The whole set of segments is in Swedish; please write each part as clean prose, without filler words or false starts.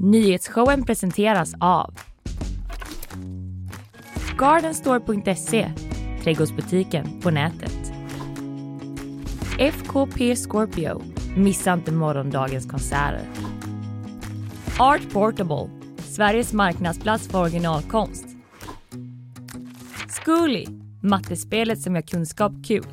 Nyhetsshowen presenteras av Gardenstore.se, trädgårdsbutiken på nätet. FKP Scorpio, missa inte morgondagens konserter. Art Portable, Sveriges marknadsplats för originalkonst. Zcooly, mattespelet som gör kunskap kul.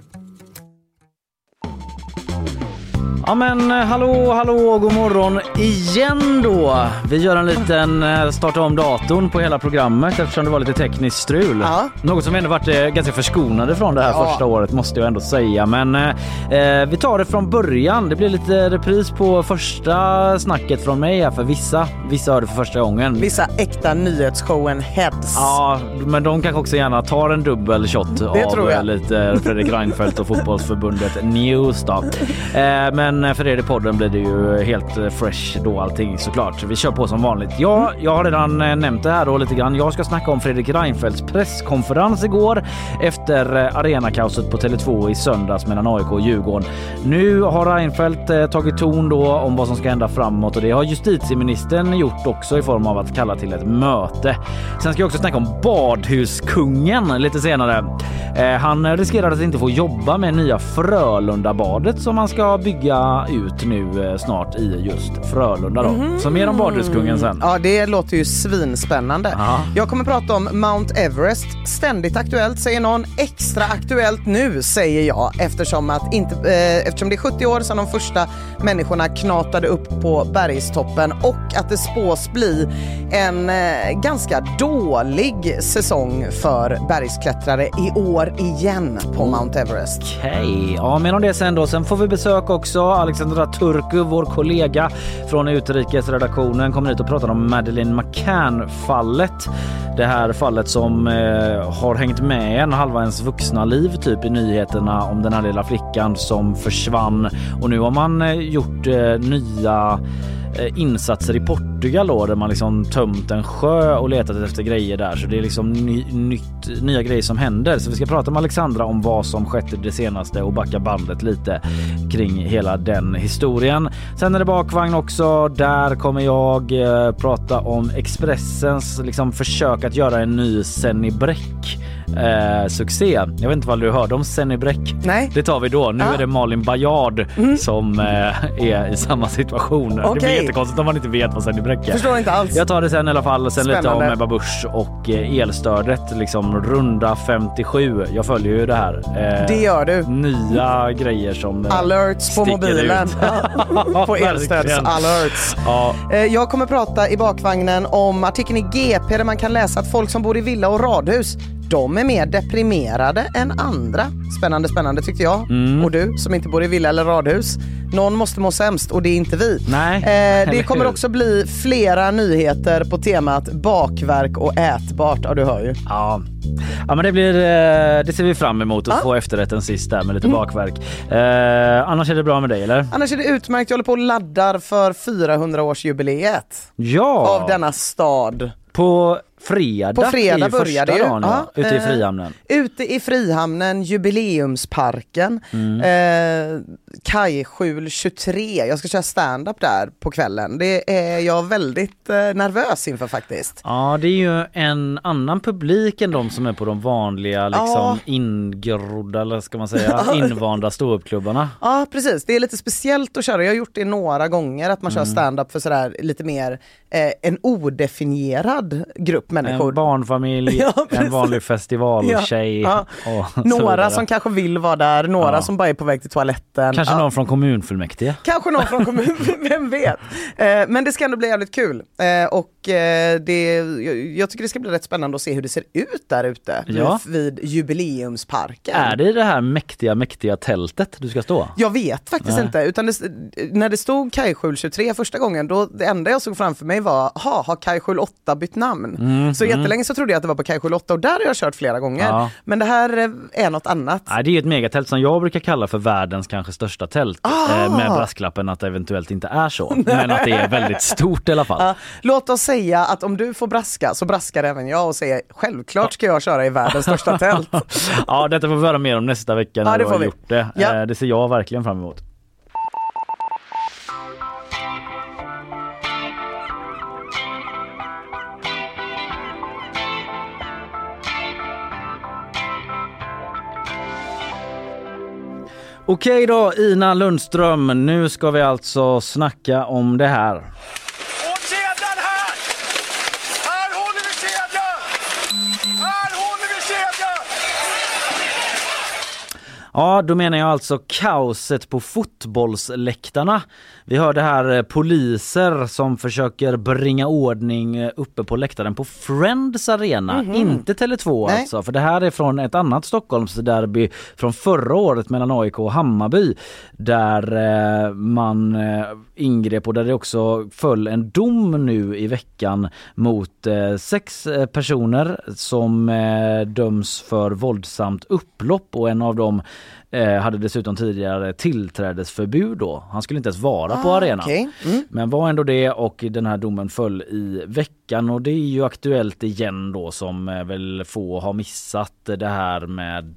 Ja men hallå, god morgon igen då. Vi gör en liten starta om datorn på hela programmet eftersom det var lite tekniskt strul. Ja. Något som ändå varit ganska förskonade från det här första året måste jag ändå säga. Men vi tar det från början. Det blir lite repris på första snacket från mig här för vissa hör det för första gången. Vissa äkta nyhetsshowen heads. Ja, men de kanske också gärna tar en dubbel shot av lite Fredrik Reinfeldt och fotbollsförbundet News då. Men för er i podden blir det ju helt fresh då allting såklart. Vi kör på som vanligt. Ja, jag har redan nämnt det här då lite grann. Jag ska snacka om Fredrik Reinfeldts presskonferens igår efter arenakaoset på Tele2 i söndags mellan AIK och Djurgården. Nu har Reinfeldt tagit ton då om vad som ska hända framåt och det har justitieministern gjort också i form av att kalla till ett möte. Sen ska jag också snacka om badhuskungen lite senare. Han riskerar att inte få jobba med nya Frölundabadet som man ska bygga ut nu snart i just Frölunda då. Så mer om badhuskungen sen. Ja, det låter ju svinspännande. Aha. Jag kommer prata om Mount Everest. Ständigt aktuellt säger någon. Extra aktuellt nu säger jag. Eftersom det är 70 år sedan de första människorna knatade upp på bergstoppen och att det spås bli en ganska dålig säsong för bergsklättrare i år igen på Mount Everest. Okej, ja men om det sen då. Sen får vi besök också. Alexandra Turku, vår kollega från utrikesredaktionen, kommer hit och pratar om Madeleine McCann-fallet. Det här fallet som har hängt med en halva ens vuxna liv typ i nyheterna om den här lilla flickan som försvann. Och nu har man gjort nya insatser i Portugal då, där man liksom tömt en sjö och letat efter grejer där. Så det är liksom nya grejer som händer. Så vi ska prata med Alexandra om vad som skett i det senaste och backa bandet lite kring hela den historien. Sen är det bakvagn också. Där kommer jag prata om Expressens liksom försök att göra en ny Senny Bräck succé. Jag vet inte vad du hörde om Senny Bräck. Nej. Det tar vi då. Nu är det Malin Bajard som är i samma situation. Okay. Det blir jättekonstigt om man inte vet vad Senny Bräck är. Förstår inte alls. Jag tar det sen i alla fall. Sen lite om Ebba Busch och elstödet. Liksom runda 57. Jag följer ju det här. Det gör du. Nya grejer som alerts på mobilen. På elstöds alerts. Ja. Jag kommer prata i bakvagnen om artikeln i GP där man kan läsa att folk som bor i villa och radhus, de är mer deprimerade än andra. Spännande tyckte jag. Och du som inte bor i villa eller radhus. Någon måste må sämst och det är inte vi. Nej. Det kommer också bli flera nyheter på temat bakverk och ätbart. Ja, du hör ju. Ja, men det ser vi fram emot att få efterrätten sist där med lite bakverk. Annars är det bra med dig, eller? Annars är det utmärkt. Jag håller på och laddar för 400-årsjubileet. Ja. Av denna stad. På fredag börjar det ju. Ute i Frihamnen. Ute i Frihamnen, jubileumsparken, Kajskjul 23. Jag ska köra stand-up där på kvällen. Det är jag väldigt nervös inför faktiskt. Ja, det är ju en annan publik än de som är på de vanliga liksom ingrodda, eller ska man säga, invanda ståuppklubbarna. Ja, precis. Det är lite speciellt att köra. Jag har gjort det några gånger att man kör stand-up för sådär lite mer en odefinierad grupp människor. En barnfamilj, en vanlig festivaltjej. Och några som kanske vill vara där, några som bara är på väg till toaletten. Kanske någon från kommunfullmäktige. Kanske någon från vem vet. Men det ska ändå bli jävligt kul. Och jag tycker det ska bli rätt spännande att se hur det ser ut där ute vid jubileumsparken. Är det det här mäktiga tältet du ska stå? Jag vet faktiskt inte. Utan när det stod Kajskjul 23 första gången, då det enda jag såg framför mig var, har Kajskjul 8 bytt namn? Så jättelänge så trodde jag att det var på Kajskjul 8 och där har jag kört flera gånger. Ja. Men det här är något annat. Nej, det är ett megatält som jag brukar kalla för världens kanske största tält. Med brasklappen att det eventuellt inte är så. Men att det är väldigt stort i alla fall. Låt oss säga att om du får braska så braskar även jag och säger självklart ska jag köra i världens största tält. Ja, detta får vi höra mer om nästa vecka när du har gjort det. Ja. Det ser jag verkligen fram emot. Okej då, Ina Lundström, nu ska vi alltså snacka om det här. Och kedjan här! Här håller vi kedjan! Här håller vi kedjan! Ja, då menar jag alltså kaoset på fotbollsläktarna. Vi hörde här poliser som försöker bringa ordning uppe på läktaren på Friends Arena, inte Tele2 alltså. För det här är från ett annat Stockholmsderby från förra året mellan AIK och Hammarby, där man ingrep och där det också föll en dom nu i veckan mot 6 personer som döms för våldsamt upplopp, och en av dem hade dessutom tidigare tillträdesförbud då. Han skulle inte ens vara på arenan. Okay. Men var ändå det, och den här domen föll i veckan, och det är ju aktuellt igen då, som väl få har missat det här med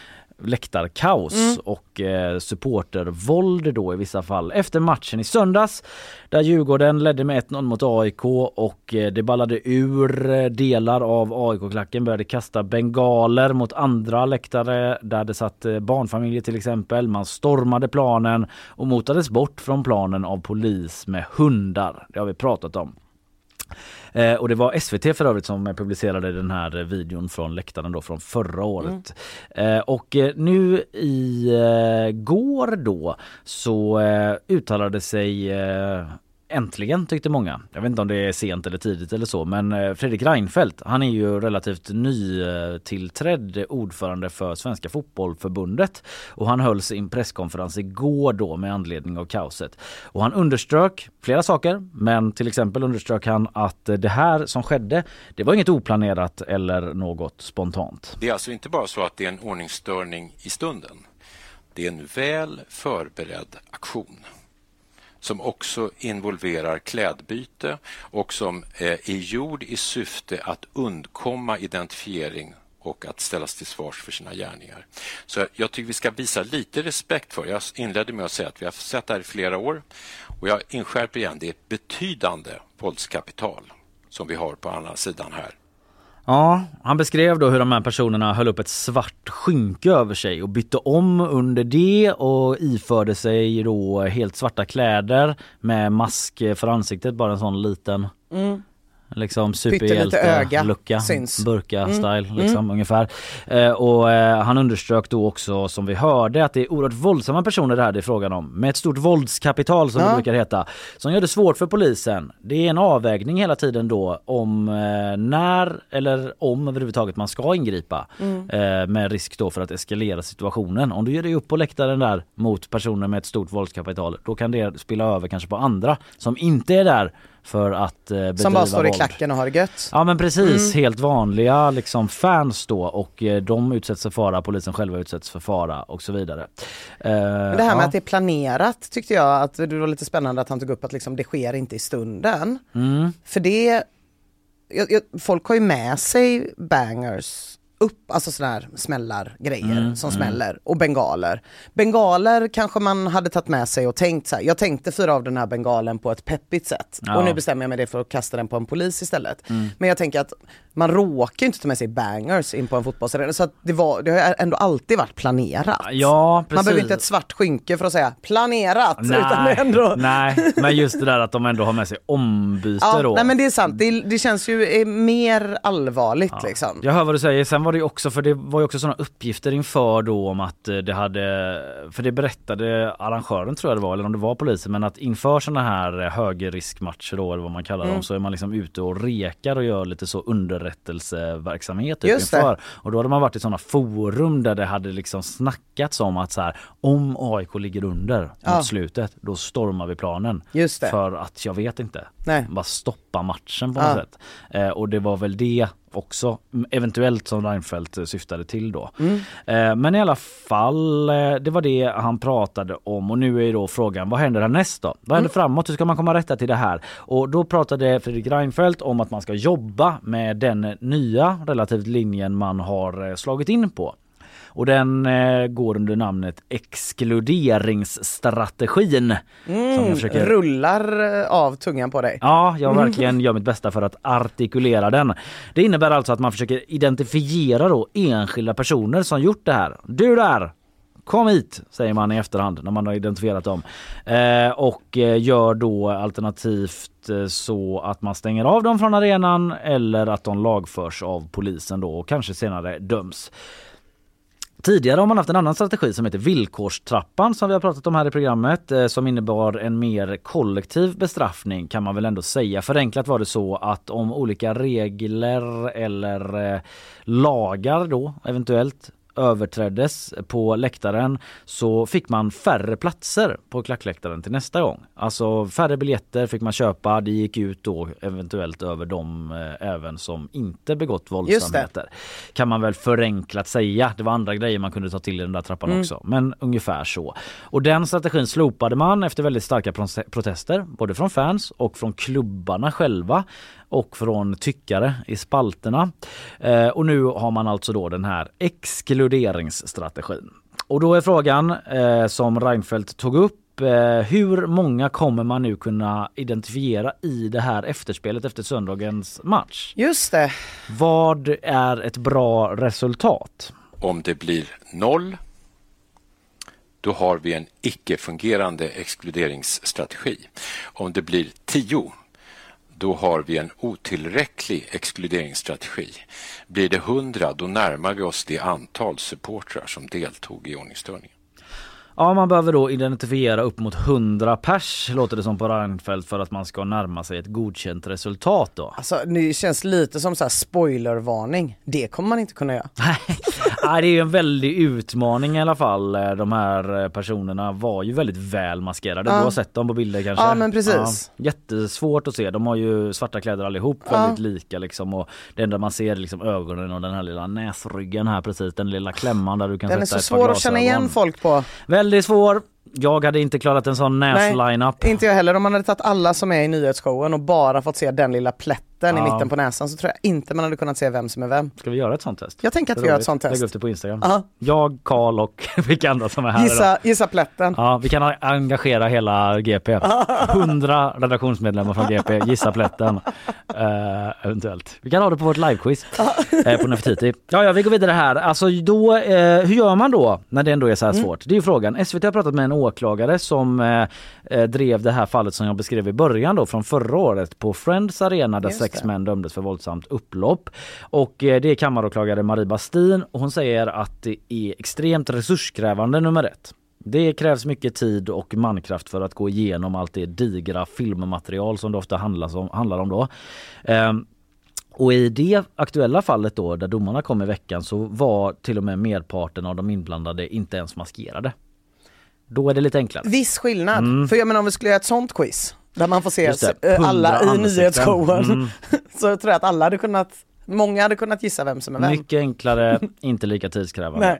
läktarkaos och supportervåld då i vissa fall. Efter matchen i söndags där Djurgården ledde med 1-0 mot AIK och det ballade ur, delar av AIK-klacken började kasta bengaler mot andra läktare där det satt barnfamiljer till exempel. Man stormade planen och motades bort från planen av polis med hundar. Det har vi pratat om. Och det var SVT för övrigt som publicerade den här videon från läktaren då från förra året. Och nu i går då så uttalade sig äntligen, tyckte många. Jag vet inte om det är sent eller tidigt eller så, men Fredrik Reinfeldt, han är ju relativt nytillträdd ordförande för Svenska fotbollförbundet, och han höll sin presskonferens igår då med anledning av kaoset. Och han underströk flera saker, men till exempel underströk han att det här som skedde, det var inget oplanerat eller något spontant. Det är alltså inte bara så att det är en ordningsstörning i stunden. Det är en väl förberedd aktion som också involverar klädbyte och som är gjord i syfte att undkomma identifiering och att ställas till svars för sina gärningar. Så jag tycker vi ska visa lite respekt för. Jag inledde med att säga att vi har sett det här i flera år, och jag inskärper igen, det är ett betydande våldskapital som vi har på andra sidan här. Ja, han beskrev då hur de här personerna höll upp ett svart skynke över sig och bytte om under det och iförde sig då helt svarta kläder med mask för ansiktet, bara en sån liten liksom superhjälte-lucka, burka-style liksom, ungefär. Och han underströk då också, som vi hörde, att det är oerhört våldsamma personer det här det är frågan om, med ett stort våldskapital som det brukar heta, som gör det svårt för polisen. Det är en avvägning hela tiden då om när eller om överhuvudtaget man ska ingripa med risk då för att eskalera situationen. Om du gör det upp på läktaren där mot personer med ett stort våldskapital, då kan det spilla över kanske på andra som inte är där för att bedriva som bara står våld. I klacken och har det gött. Ja, men precis, helt vanliga liksom fans då, och de utsätts för fara, polisen själva utsätts för fara och så vidare. Men det här med att det är planerat tyckte jag att det var lite spännande att han tog upp att liksom det sker inte i stunden. För det folk har ju med sig bangers upp, alltså sådana här smällar grejer som smäller, och bengaler kanske man hade tagit med sig och tänkt så här, jag tänkte fyra av den här bengalen på ett peppigt sätt och nu bestämmer jag mig det för att kasta den på en polis istället. Men jag tänker att man råkar inte ta med sig bangers in på en fotbollsarena, så att det har ändå alltid varit planerat. Ja, precis. Man behöver inte ett svart skynke för att säga planerat. Nej, men just det där att de ändå har med sig ombyte då. Nej, men det är sant, det känns ju mer allvarligt liksom. Jag hör vad du säger. Sen var det också, för det var ju också sådana uppgifter inför då om att det hade, för det berättade arrangören tror jag det var, eller om det var polisen, men att inför sådana här högriskmatcher då, eller vad man kallar dem, så är man liksom ute och rekar och gör lite så underrättelseverksamhet inför. Och då hade man varit i sådana forum där det hade liksom snackats om att så här, om AIK ligger under mot slutet, då stormar vi planen. Just det. För att jag vet inte. Bara stoppa matchen på något sätt. Och det var väl det också eventuellt som Reinfeldt syftade till då. Men i alla fall, det var det han pratade om, och nu är då frågan, vad händer härnäst då? Vad händer framåt? Hur ska man komma rätta till det här? Och då pratade Fredrik Reinfeldt om att man ska jobba med den nya relativt linjen man har slagit in på. Och den går under namnet exkluderingsstrategin. Som jag försöker... Rullar av tungan på dig. Ja, jag verkligen gör mitt bästa för att artikulera den. Det innebär alltså att man försöker identifiera då enskilda personer som gjort det här. Du där! kom hit, säger man i efterhand när man har identifierat dem. Och gör då alternativt så att man stänger av dem från arenan eller att de lagförs av polisen då och kanske senare döms. Tidigare har man haft en annan strategi som heter villkorstrappan som vi har pratat om här i programmet, som innebar en mer kollektiv bestraffning kan man väl ändå säga. Förenklat var det så att om olika regler eller lagar då eventuellt överträddes på läktaren så fick man färre platser på klackläktaren till nästa gång. Alltså färre biljetter fick man köpa, det gick ut då eventuellt över dem även som inte begått våldsamheter. Kan man väl förenklat säga. Det var andra grejer man kunde ta till i den där trappan också. Men ungefär så. Och den strategin slopade man efter väldigt starka protester både från fans och från klubbarna själva och från tyckare i spalterna. Och nu har man alltså då den här exkluderingsstrategin. Och då är frågan som Reinfeldt tog upp, hur många kommer man nu kunna identifiera i det här efterspelet efter söndagens match? Just det. Vad är ett bra resultat? Om det blir 0, då har vi en icke-fungerande exkluderingsstrategi. Om det blir 10, då har vi en otillräcklig exkluderingsstrategi. Blir det 100, då närmar vi oss det antal supportrar som deltog i ordningsstörningen. Ja, man behöver då identifiera upp mot 100 pers, låter det som på Reinfeldt, för att man ska närma sig ett godkänt resultat då. Alltså, det känns lite som så här spoilervarning. Det kommer man inte kunna göra. Nej, det är ju en väldig utmaning i alla fall. De här personerna var ju väldigt väl maskerade. Du har sett dem på bilder kanske? Ja, men precis. Ja, jättesvårt att se. De har ju svarta kläder allihop, väldigt lika liksom. Och det enda man ser är liksom ögonen och den här lilla näsryggen här precis. Den lilla klämman där du kan den sätta är så svår att känna igen folk på. Väldigt svår. Jag hade inte klarat en sån näsline-up. Nej, inte jag heller. Om man hade tagit alla som är i nyhetsshowen och bara fått se den lilla plätten i mitten på näsan så tror jag inte man hade kunnat se vem som är vem. Ska vi göra ett sånt test? Jag tänker att vi gör ett sånt test. Lägg upp det på Instagram. Jag, Karl och vilka andra som är här. Gissa plätten. Ja, vi kan engagera hela GP. 100 redaktionsmedlemmar från GP. Gissa plätten. Eventuellt. Vi kan ha det på vårt livequiz på Nefertiti. Ja, vi går vidare här. Alltså då, hur gör man då när det ändå är så här svårt? Det är ju frågan. SVT har pratat med en åklagare som drev det här fallet som jag beskrev i början då från förra året på Friends Arena där 6 män dömdes för våldsamt upplopp. Och det är kammaråklagare Marie Bastin och hon säger att det är extremt resurskrävande nummer 1. Det krävs mycket tid och mankraft för att gå igenom allt det digra filmmaterial som det ofta handlar om då. Och i det aktuella fallet då där domarna kom i veckan så var till och med merparten av de inblandade inte ens maskerade. Då är det lite enklare. Viss skillnad. För jag menar om vi skulle göra ett sånt quiz där man får se alla i nyhetsshowen så tror jag att alla hade kunnat, många hade kunnat gissa vem som är vem. Mycket enklare, inte lika tidskrävande.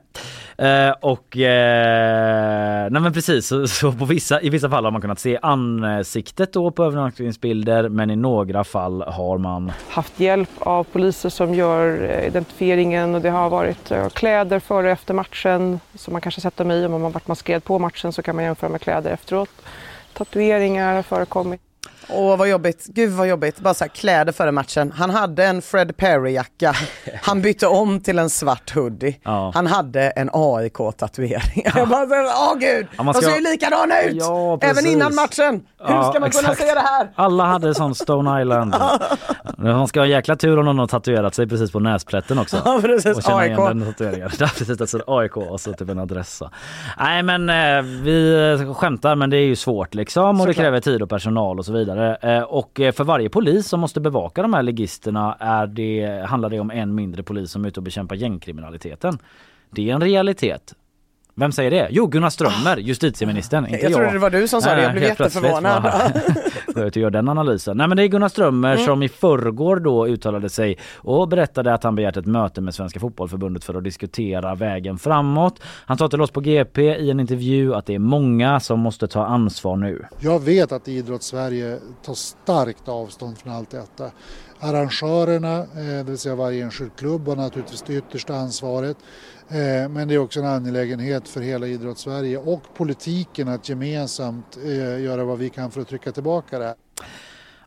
Nej men precis så i vissa fall har man kunnat se ansiktet då på övervakningsbilder, men i några fall har man haft hjälp av poliser som gör identifieringen och det har varit kläder före och efter matchen som man kanske sett dem i. Om man har varit maskerad på matchen så kan man jämföra med kläder efteråt. Tatueringar har förekommit. Åh, vad jobbigt. Gud vad jobbigt. Bara så här, kläder före matchen. Han hade en Fred Perry-jacka. Han bytte om till en svart hoodie. Ja. Han hade en AIK-tatuering. Jag bara så, gud. Ja, de ser ju likadana ut. Ja, även innan matchen. Hur ska man kunna se det här? Alla hade sån Stone Island. Man ska ha jäkla tur om någon har tatuerat sig precis på näsplätten också. Ja, precis. Och känna igen den tatueringen. Det är precis alltså AIK och så typ en adressa. Nej, men vi skämtar, men det är ju svårt liksom. Och det kräver tid och personal och så vidare. Och för varje polis som måste bevaka de här ligisterna handlar det om en mindre polis som är ute och bekämpar gängkriminaliteten. Det är en realitet. Vem säger det? Jo, Gunnar Strömmer, justitieministern. Inte jag trodde det var du som sa det, jag blev jätteförvånad. Jag gör den analysen. Nej, men det är Gunnar Strömmer som i förrgår då uttalade sig och berättade att han begärt ett möte med Svenska fotbollförbundet för att diskutera vägen framåt. Han sa till oss på GP i en intervju att det är många som måste ta ansvar nu. Jag vet att Idrottssverige tar starkt avstånd från allt detta. Arrangörerna, det vill säga varje enskild klubb, har naturligtvis det yttersta ansvaret. Men det är också en angelägenhet för hela Idrottssverige och politiken att gemensamt göra vad vi kan för att trycka tillbaka det. Ja,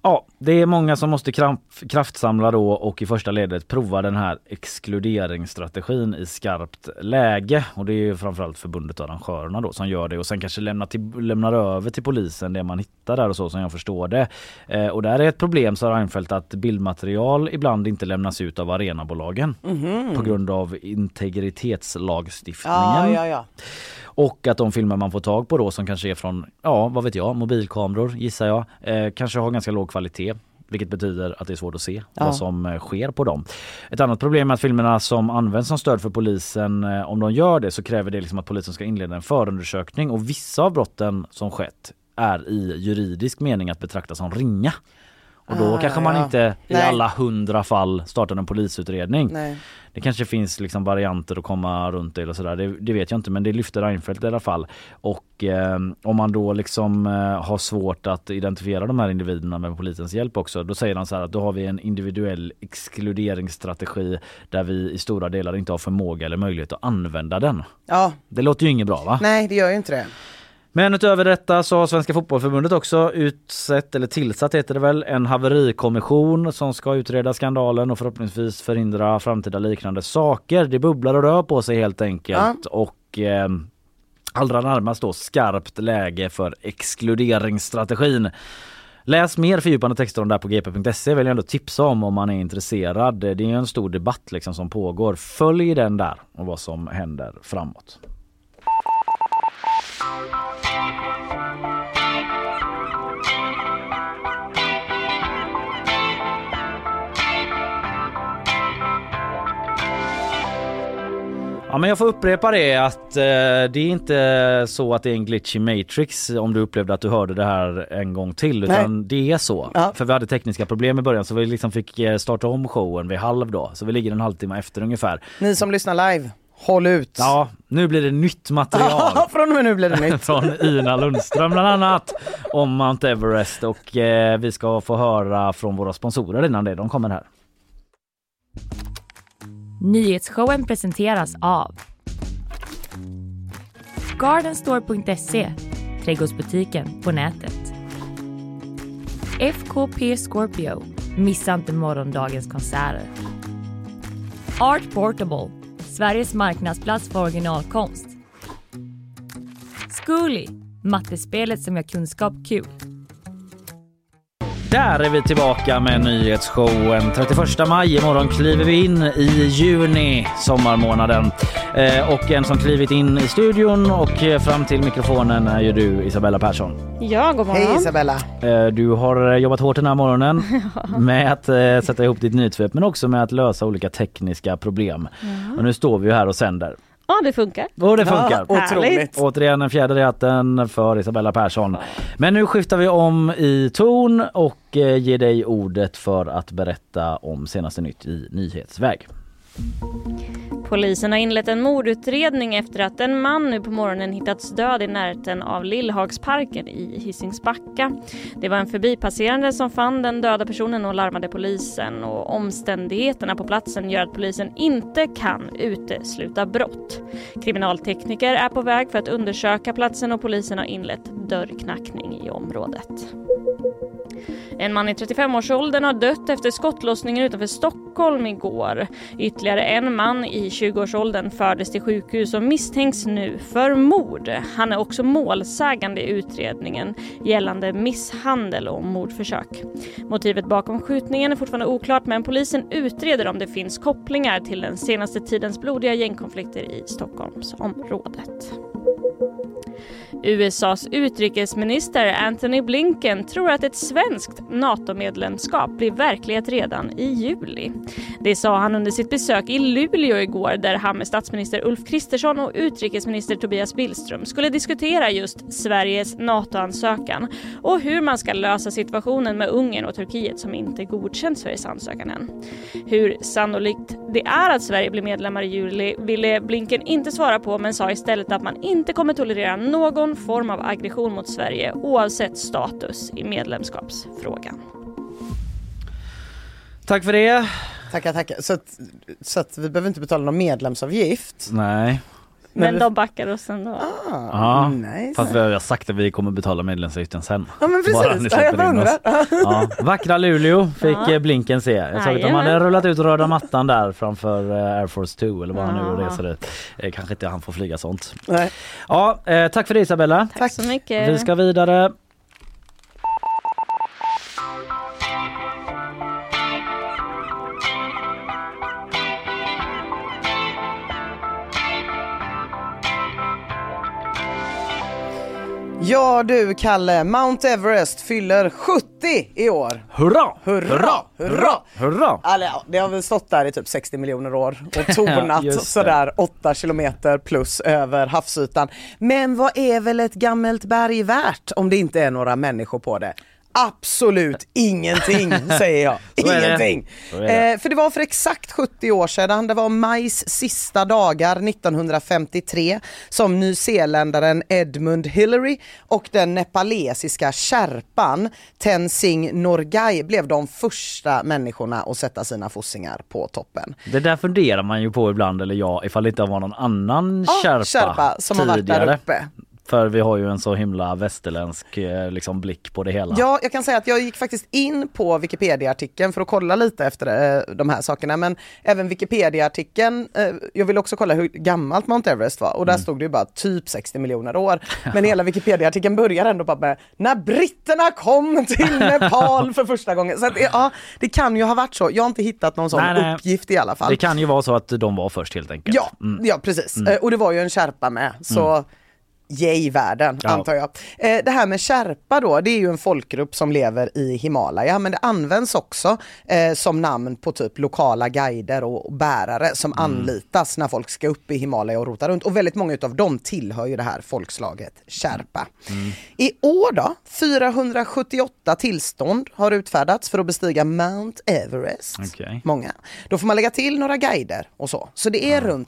Det är många som måste kraftsamla då och i första ledet prova den här exkluderingsstrategin i skarpt läge. Och det är ju framförallt förbundet och arrangörerna då som gör det och sen kanske lämnar över till polisen det man hittar där och så som jag förstår det. Och där är ett problem, så har Reinfeldt, att bildmaterial ibland inte lämnas ut av arenabolagen på grund av integritetslagstiftningen. Ja. Och att de filmer man får tag på då som kanske är från, vad vet jag, mobilkameror gissar jag, kanske har ganska låg kvalitet. Vilket betyder att det är svårt att se vad som sker på dem. Ett annat problem är att filmerna som används som stöd för polisen, om de gör det så kräver det liksom att polisen ska inleda en förundersökning. Och vissa av brotten som skett är i juridisk mening att betrakta som ringa. Och då kanske man inte i alla 100 fall startar en polisutredning. Nej. Det kanske finns liksom varianter att komma runt det eller sådär. Det vet jag inte, men det lyfter Reinfeldt i alla fall. Och om man då liksom har svårt att identifiera de här individerna med polisens hjälp också, då säger han så här att då har vi en individuell exkluderingsstrategi där vi i stora delar inte har förmåga eller möjlighet att använda den. Ja. Det låter ju inget bra, va? Nej, det gör ju inte det. Men utöver detta så har Svenska fotbollförbundet också tillsatt heter det väl, en haverikommission som ska utreda skandalen och förhoppningsvis förhindra framtida liknande saker. Det bubblar och rör på sig helt enkelt och allra närmast då skarpt läge för exkluderingsstrategin. Läs mer fördjupande texter om det här på gp.se, vill jag ändå tipsa om man är intresserad. Det är en stor debatt liksom som pågår. Följ den där och vad som händer framåt. Ja, men jag får upprepa det att det är inte så att det är en glitch i Matrix om du upplevde att du hörde det här en gång till, utan det är så. Ja. För vi hade tekniska problem i början så vi liksom fick starta om showen vid 12 då. Så vi ligger en halvtimme efter ungefär. Ni som lyssnar live, håll ut. Ja, nu blir det nytt material. Från och med nu blir det nytt. Från Ina Lundström bland annat om Mount Everest och vi ska få höra från våra sponsorer innan det. De kommer här. Nyhetsshowen presenteras av Gardenstore.se, trädgårdsbutiken på nätet. FKP Scorpio, missa inte morgondagens konserter. Art Portable, Sveriges marknadsplats för originalkonst. Zcooly, mattespelet som gör kunskap kul. Där är vi tillbaka med nyhetsshowen. 31 maj imorgon kliver vi in i juni, sommarmånaden. Och en som klivit in i studion och fram till mikrofonen är ju du, Isabella Persson. Ja, god morgon. Hej Isabella. Du har jobbat hårt den här morgonen med att sätta ihop ditt nyhetssvep men också med att lösa olika tekniska problem. Och nu står vi ju här och sänder. Ja, det funkar. Och det funkar. Ja, otroligt. Återigen en fjäder i hatten för Isabella Persson. Men nu skiftar vi om i ton och ger dig ordet för att berätta om senaste nytt i nyhetsväg. Polisen har inlett en mordutredning efter att en man nu på morgonen hittats död i närheten av Lillhagsparken i Hisingsbacka. Det var en förbipasserande som fann den döda personen och larmade polisen. Och omständigheterna på platsen gör att polisen inte kan utesluta brott. Kriminaltekniker är på väg för att undersöka platsen och polisen har inlett dörrknackning i området. En man i 35-årsåldern har dött efter skottlossningen utanför Stockholm igår. Ytterligare en man i 20-årsåldern fördes till sjukhus och misstänks nu för mord. Han är också målsägande i utredningen gällande misshandel och mordförsök. Motivet bakom skjutningen är fortfarande oklart, men polisen utreder om det finns kopplingar till den senaste tidens blodiga gängkonflikter i Stockholmsområdet. USAs utrikesminister Antony Blinken tror att ett svenskt NATO-medlemskap blir verklighet redan i juli. Det sa han under sitt besök i Luleå igår, där han med statsminister Ulf Kristersson och utrikesminister Tobias Billström skulle diskutera just Sveriges NATO-ansökan och hur man ska lösa situationen med Ungern och Turkiet som inte godkänt Sveriges ansökan än. Hur sannolikt det är att Sverige blir medlemmar i juli ville Blinken inte svara på, men sa istället att man inte kommer tolerera någon form av aggression mot Sverige oavsett status i medlemskapsfrågan. Tack för det. Tackar. Så att vi behöver inte betala någon medlemsavgift. Nej. Men de backar oss ändå. Ja, nice. fast vi har sagt att vi kommer betala medlemsavgiften sen. Ja, men precis. Ja, vackra Luleå fick blinken se. Jag sa att de hade rullat ut röda mattan där framför Air Force 2 eller vad han nu reser dit. Kanske inte han får flyga sånt. Nej. Ja, tack för det Isabella. Tack så mycket. Vi ska vidare. Ja du Kalle, Mount Everest fyller 70 i år. Hurra! Hurra! Hurra! Hurra! Alltså, det har väl stått där i typ 60 miljoner år och tonat sådär 8 kilometer plus över havsytan. Men vad är väl ett gammalt berg värt om det inte är några människor på det? Absolut ingenting, säger jag. Ingenting. För det var för exakt 70 år sedan, det var majs sista dagar 1953 som nyzeeländaren Edmund Hillary och den nepalesiska sherpan Tenzing Norgay blev de första människorna att sätta sina fossingar på toppen. Det där funderar man ju på ibland, eller ifall det inte var någon annan sherpa som har varit där uppe. För vi har ju en så himla västerländsk liksom, blick på det hela. Ja, jag kan säga att jag gick faktiskt in på Wikipedia-artikeln för att kolla lite efter de här sakerna. Men även Wikipedia-artikeln, jag vill också kolla hur gammalt Mount Everest var. Och där stod det ju bara typ 60 miljoner år. Men hela Wikipedia-artikeln börjar ändå bara med när britterna kom till Nepal för första gången. Så att, det kan ju ha varit så. Jag har inte hittat någon sån uppgift i alla fall. Det kan ju vara så att de var först helt enkelt. Ja, precis. Och det var ju en sherpa med. Så... i världen, antar jag. Det här med sherpa då, det är ju en folkgrupp som lever i Himalaya, men det används också som namn på typ lokala guider och bärare som anlitas när folk ska upp i Himalaya och rota runt. Och väldigt många av dem tillhör ju det här folkslaget sherpa. I år då, 478 tillstånd har utfärdats för att bestiga Mount Everest. Okay. Många. Då får man lägga till några guider och så. Så det är runt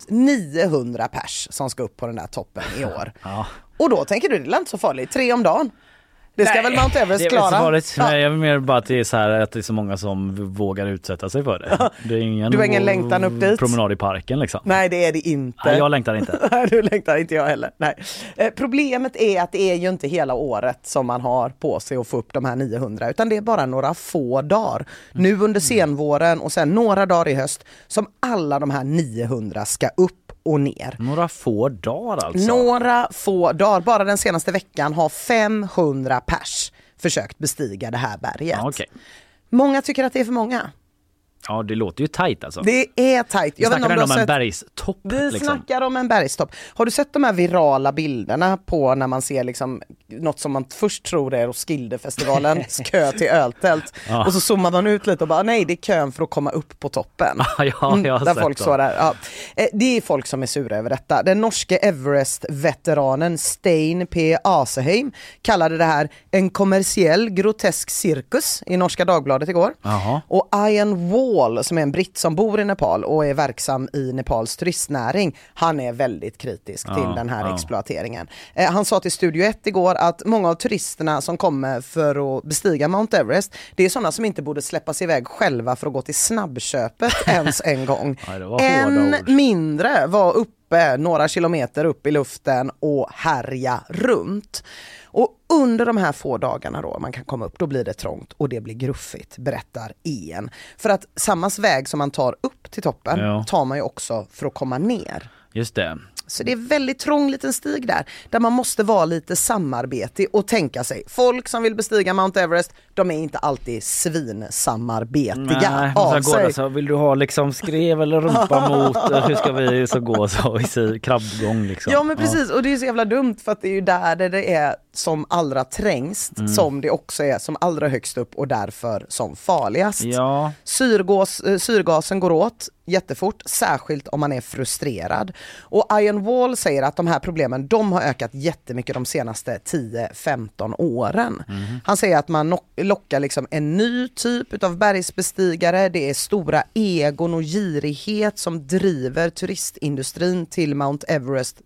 900 pers som ska upp på den där toppen i år. Och då tänker du, det är inte så farligt. 3 om dagen. Det ska väl Mount Everest klara? Det är inte så farligt. Jag vill mer bara att det är så här att det är så många som vågar utsätta sig för det. Det är ingen, du har ingen längtan upp dit? Promenad i parken liksom. Nej, det är det inte. Nej, jag längtar inte. Nej, du längtar inte jag heller. Nej. Problemet är att det är ju inte hela året som man har på sig att få upp de här 900, utan det är bara några få dagar. Nu under senvåren och sen några dagar i höst som alla de här 900 ska upp och ner. Några få dagar alltså? Några få dagar. Bara den senaste veckan har 500 pers försökt bestiga det här berget. Okay. Många tycker att det är för många. Ja, det låter ju tajt alltså. Det är tajt. Vi snackar om en bergstopp. Vi snackar om en bergstopp. Har du sett de här virala bilderna på när man ser liksom något som man först tror är Roskildefestivalen, kö till öltält. Och så zoomar man ut lite och bara, nej, det är kön för att komma upp på toppen. Jag har där sett folk så där. Ja. Det är folk som är sura över detta. Den norske Everest-veteranen Stein P. Aseheim kallade det här en kommersiell grotesk cirkus i Norska Dagbladet igår. Och Ian Wall, som är en britt som bor i Nepal och är verksam i Nepals turistnäring, han är väldigt kritisk till den här exploateringen. Han sa till Studio 1 igår att många av turisterna som kommer för att bestiga Mount Everest, det är sådana som inte borde släppas iväg själva för att gå till snabbköpet ens en gång. Än mindre var uppe några kilometer upp i luften och härja runt. Och under de här få dagarna då man kan komma upp, då blir det trångt och det blir gruffigt, berättar Ian. För att samma väg som man tar upp till toppen tar man ju också för att komma ner. Just det. Så det är väldigt trång liten stig där man måste vara lite samarbetig och tänka sig. Folk som vill bestiga Mount Everest, de är inte alltid svinsamarbetiga av sig. Så vill du ha liksom skrev eller rumpa mot, hur ska vi så gå så i krabbgång liksom. Ja, men precis, och det är så jävla dumt för att det är ju där det är som allra trängst som det också är som allra högst upp och därför som farligast. Ja. Syrgasen går åt jättefort, särskilt om man är frustrerad. Och Ian Wall säger att de här problemen, de har ökat jättemycket de senaste 10-15 åren. Han säger att man lockar liksom en ny typ av bergsbestigare. Det är stora egon och girighet som driver turistindustrin till Mount Everest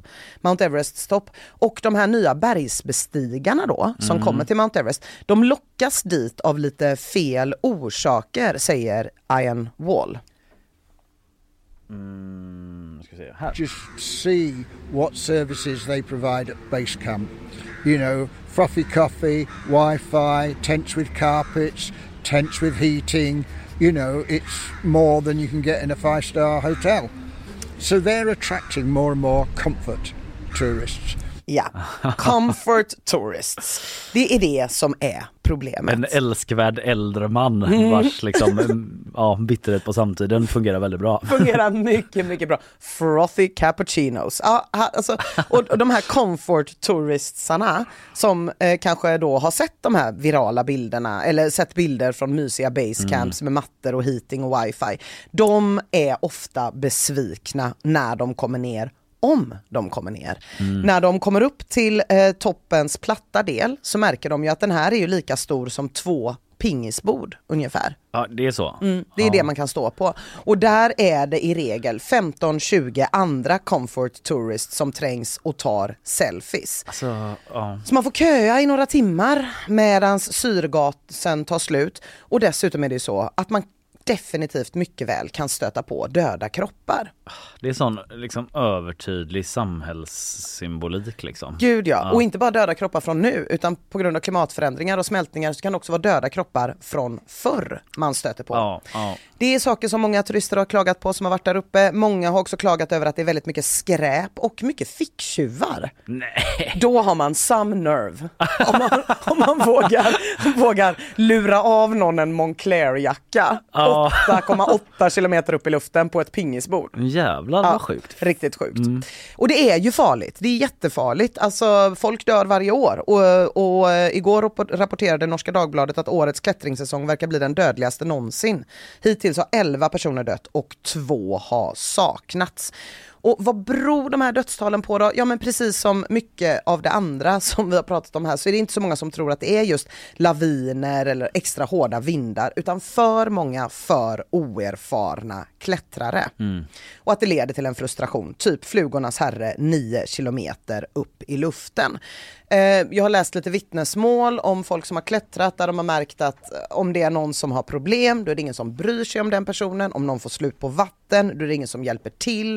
topp. Och de här nya bergsbestigarna då, som kommer till Mount Everest, de lockas dit av lite fel orsaker, säger Ian Wall. ska se här. Just see what services they provide at base camp. You know, frothy coffee, Wi-Fi, tents with carpets, tents with heating. You know, it's more than you can get in a 5-star hotel. So they're attracting more and more comfort tourists. Ja, comfort tourists. Det är det som är problemet. En älskvärd äldre man vars liksom, bitterhet på samtiden fungerar väldigt bra. Fungerar mycket, mycket bra. Frothy cappuccinos. Ja, alltså, och de här comfort touristsarna som kanske då har sett de här virala bilderna eller sett bilder från mysiga basecamps med mattor och heating och wifi. De är ofta besvikna när de kommer ner. Om de kommer ner. När de kommer upp till toppens platta del så märker de ju att den här är ju lika stor som 2 pingisbord ungefär. Ja, det är så. Det är det man kan stå på. Och där är det i regel 15-20 andra comfort tourists som trängs och tar selfies. Alltså, Så man får köa i några timmar medan syrgasen tar slut. Och dessutom är det ju så att man definitivt mycket väl kan stöta på döda kroppar. Det är sån liksom övertydlig samhällssymbolik liksom. Gud ja, och inte bara döda kroppar från nu utan på grund av klimatförändringar och smältningar så kan det också vara döda kroppar från förr man stöter på. Det är saker som många turister har klagat på som har varit där uppe. Många har också klagat över att det är väldigt mycket skräp och mycket ficktjuvar. Nej. Då har man some nerve. Om man vågar lura av någon en Moncler-jacka 8,8 kilometer upp i luften på ett pingisbord. Jävlar vad sjukt. Riktigt sjukt. Och det är ju farligt. Det är jättefarligt. Alltså folk dör varje år. Och igår rapporterade Norska Dagbladet att årets klättringssäsong verkar bli den dödligaste någonsin. Hittills har 11 personer dött och 2 har saknats. Och vad beror de här dödstalen på då? Ja, men precis som mycket av det andra som vi har pratat om här så är det inte så många som tror att det är just laviner eller extra hårda vindar utan för många för oerfarna klättrare. Och att det leder till en frustration, typ flugornas herre 9 kilometer upp i luften. Jag har läst lite vittnesmål om folk som har klättrat där de har märkt att om det är någon som har problem då är det ingen som bryr sig om den personen. Om någon får slut på vatten då är det ingen som hjälper till.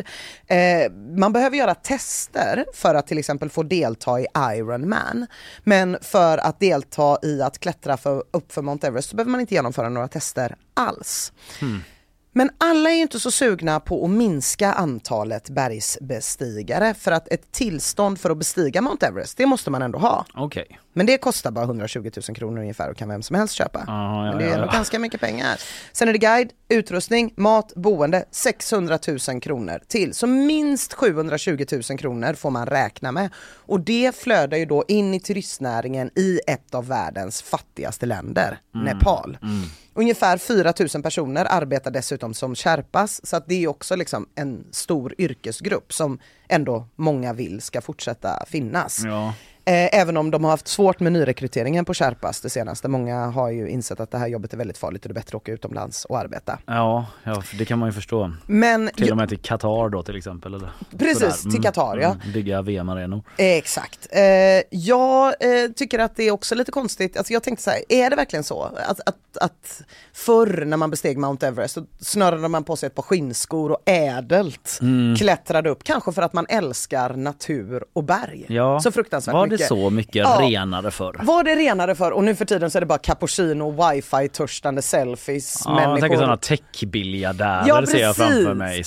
Man behöver göra tester för att till exempel få delta i Ironman. Men för att delta i att klättra upp för Mount Everest så behöver man inte genomföra några tester alls. Men alla är ju inte så sugna på att minska antalet bergsbestigare för att ett tillstånd för att bestiga Mount Everest, det måste man ändå ha. Okay. Men det kostar bara 120 000 kronor ungefär och kan vem som helst köpa. Men det är nog ganska mycket pengar. Sen är det guide, utrustning, mat, boende, 600 000 kronor till. Så minst 720 000 kronor får man räkna med. Och det flödar ju då in i turistnäringen i ett av världens fattigaste länder, Nepal. Ungefär 4 000 personer arbetar dessutom som sherpas så att det är också liksom en stor yrkesgrupp som ändå många vill ska fortsätta finnas. Ja. Även om de har haft svårt med nyrekryteringen på sherpas det senaste. Många har ju insett att det här jobbet är väldigt farligt och det är bättre att åka utomlands och arbeta. Ja, det kan man ju förstå. Men till och med till Qatar då till exempel. Eller? Precis, till Qatar ja. Bygga VM-arenor. Exakt. Jag tycker att det är också lite konstigt. Alltså jag tänkte så här, är det verkligen så? Att förr när man besteg Mount Everest så snörade man på sig ett par skinnskor och ädelt klättrade upp. Kanske för att man älskar natur och berg. Ja. Så fruktansvärt var mycket. Det så mycket renare för? Var det renare för? Och nu för tiden så är det bara cappuccino, wifi-törstande selfies. Ja, jag tänker sådana tech-biljardärer ser jag framför mig.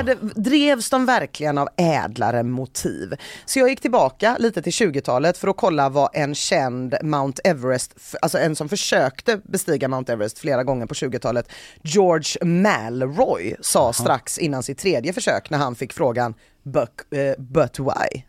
Drevs de verkligen av ädlare motiv? Så jag gick tillbaka lite till 20-talet för att kolla vad en känd Mount Everest, alltså en som försökte bestiga Mount Everest flera gånger på 20-talet, George Malroy, sa strax innan sitt 3:e försök när han fick frågan but why?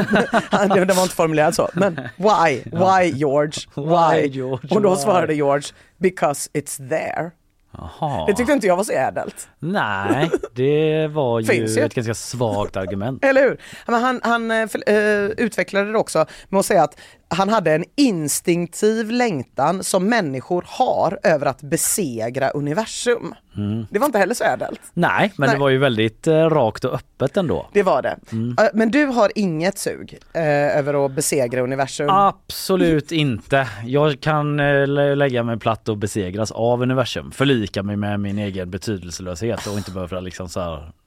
Det var inte formulerat så, men why George? Why? Och då svarade George, because it's there. Aha. Det tyckte inte jag var så ädelt. Nej, det var ju ett ganska svagt argument. Eller hur? Men han utvecklade det också med att säga att han hade en instinktiv längtan som människor har över att besegra universum. Det var inte heller så ädelt. Nej, men det var ju väldigt rakt och öppet ändå. Det var det. Men du har inget sug över att besegra universum? Absolut inte. Jag kan lägga mig platt och besegras av universum. Förlika mig med min egen betydelselöshet och inte behöva liksom så här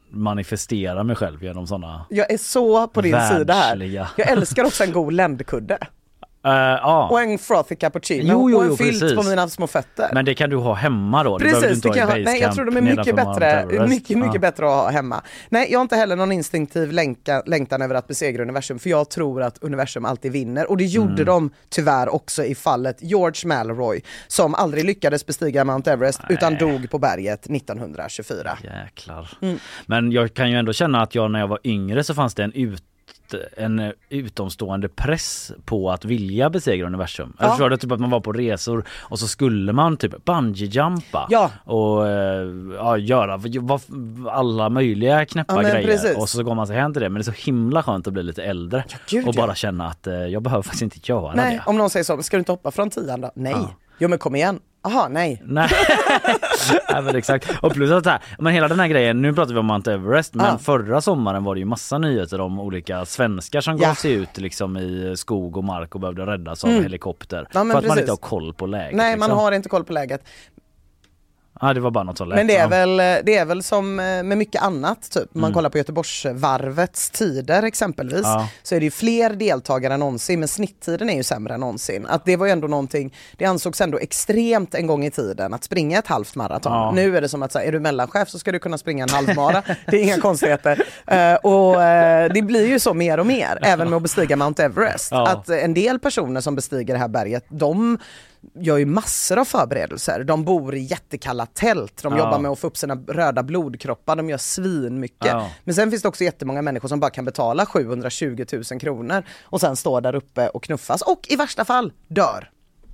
manifestera mig själv genom sådana. Jag är så på din sida här. Jag älskar också en god ländkudde. Och en frothy cappuccino och en filt precis. På mina små fötter. Men det kan du ha hemma då? Precis, det kan jag ha. Nej, jag tror de är mycket bättre att ha hemma. Nej, jag har inte heller någon instinktiv längtan över att besegra universum, för jag tror att universum alltid vinner. Och det gjorde de tyvärr också i fallet George Malloy, som aldrig lyckades bestiga Mount Everest utan dog på berget 1924. Jäklar. Men jag kan ju ändå känna att när jag var yngre så fanns det en utomstående press på att vilja besegra universum. Jag förstår det, typ att man var på resor och så skulle man typ bungee-jumpa och göra alla möjliga knäppa grejer. Precis. Och så går man sig hem till det. Men det är så himla skönt att bli lite äldre och bara känna att jag behöver faktiskt inte göra det. Nej, om någon säger så, ska du inte hoppa från 10 då? Nej. Jo, men kom igen. Aha, nej. Nej, men exakt. Och plus att men hela den här grejen, nu pratar vi om Mount Everest, men förra sommaren var det ju massa nyheter om olika svenskar som gav sig ut liksom i skog och mark och behövde räddas av helikopter. För att man inte har koll på läget. Nej, liksom. Man har inte koll på läget. Ja, det var bara något så lätt. Men det är väl som med mycket annat typ. Man kollar på Göteborgsvarvets tider exempelvis, så är det ju fler deltagare än någonsin, men snitttiden är ju sämre än någonsin. Att det var ju ändå någonting, det ansågs ändå extremt en gång i tiden att springa ett halvt maraton. Nu är det som att är du mellanchef så ska du kunna springa en halvmara. Det är inga konstigheter. Och det blir ju så mer och mer, även med att bestiga Mount Everest. Att en del personer som bestiger det här berget, de gör ju massor av förberedelser. De bor i jättekalla tält. De jobbar med att få upp sina röda blodkroppar. De gör svin mycket. Men sen finns det också jättemånga människor som bara kan betala 720 000 kronor och sen står där uppe och knuffas och i värsta fall dör.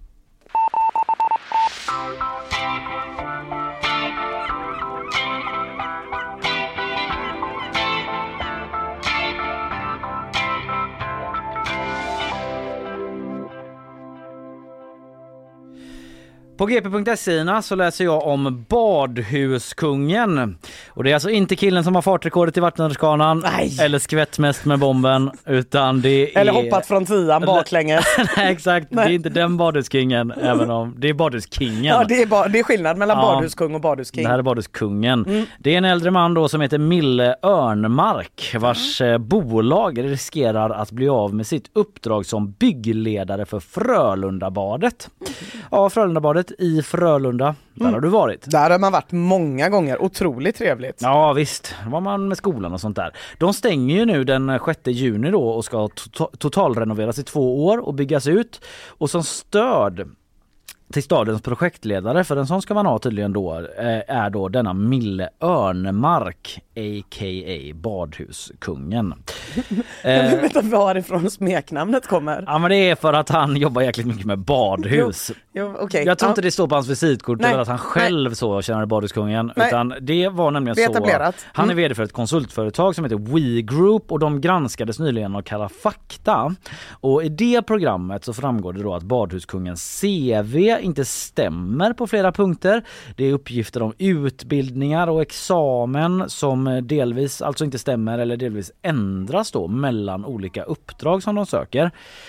På gp.se så läser jag om badhuskungen. Och det är alltså inte killen som har fartrekordet i vattenrutschkanan eller skvätt mest med bomben, utan det är... Eller hoppat från 10 baklänges. Nej, exakt. Nej. Det är inte den badhuskingen, även om det är badhuskingen. Ja, det är skillnad mellan badhuskung och badhusking. Det här är badhuskungen. Det är en äldre man då som heter Mille Örnmark, vars bolag riskerar att bli av med sitt uppdrag som byggledare för Frölundabadet. Ja, Frölundabadet i Frölunda. Där har du varit. Där har man varit många gånger. Otroligt trevligt. Ja, visst. Då var man med skolan och sånt där. De stänger ju nu den 6 juni då och ska totalrenoveras i 2 år och byggas ut. Och som stöd till stadens projektledare, för en sån ska man ha tydligen då, är då denna Mille Örnmark, a.k.a. badhuskungen. Jag vet inte varifrån smeknamnet kommer. Ja, men det är för att han jobbar jäkligt mycket med badhus. Okay. Jag tror inte det står på hans visitkort eller att han själv så känner badhuskungen, utan det var nämligen så etablerat. Han är vd för ett konsultföretag som heter We Group och de granskades nyligen av Kalla fakta. Och i det programmet så framgår det då att badhuskungens CV inte stämmer på flera punkter. Det är uppgifter om utbildningar och examen som delvis alltså inte stämmer eller delvis ändras då mellan olika uppdrag som de söker.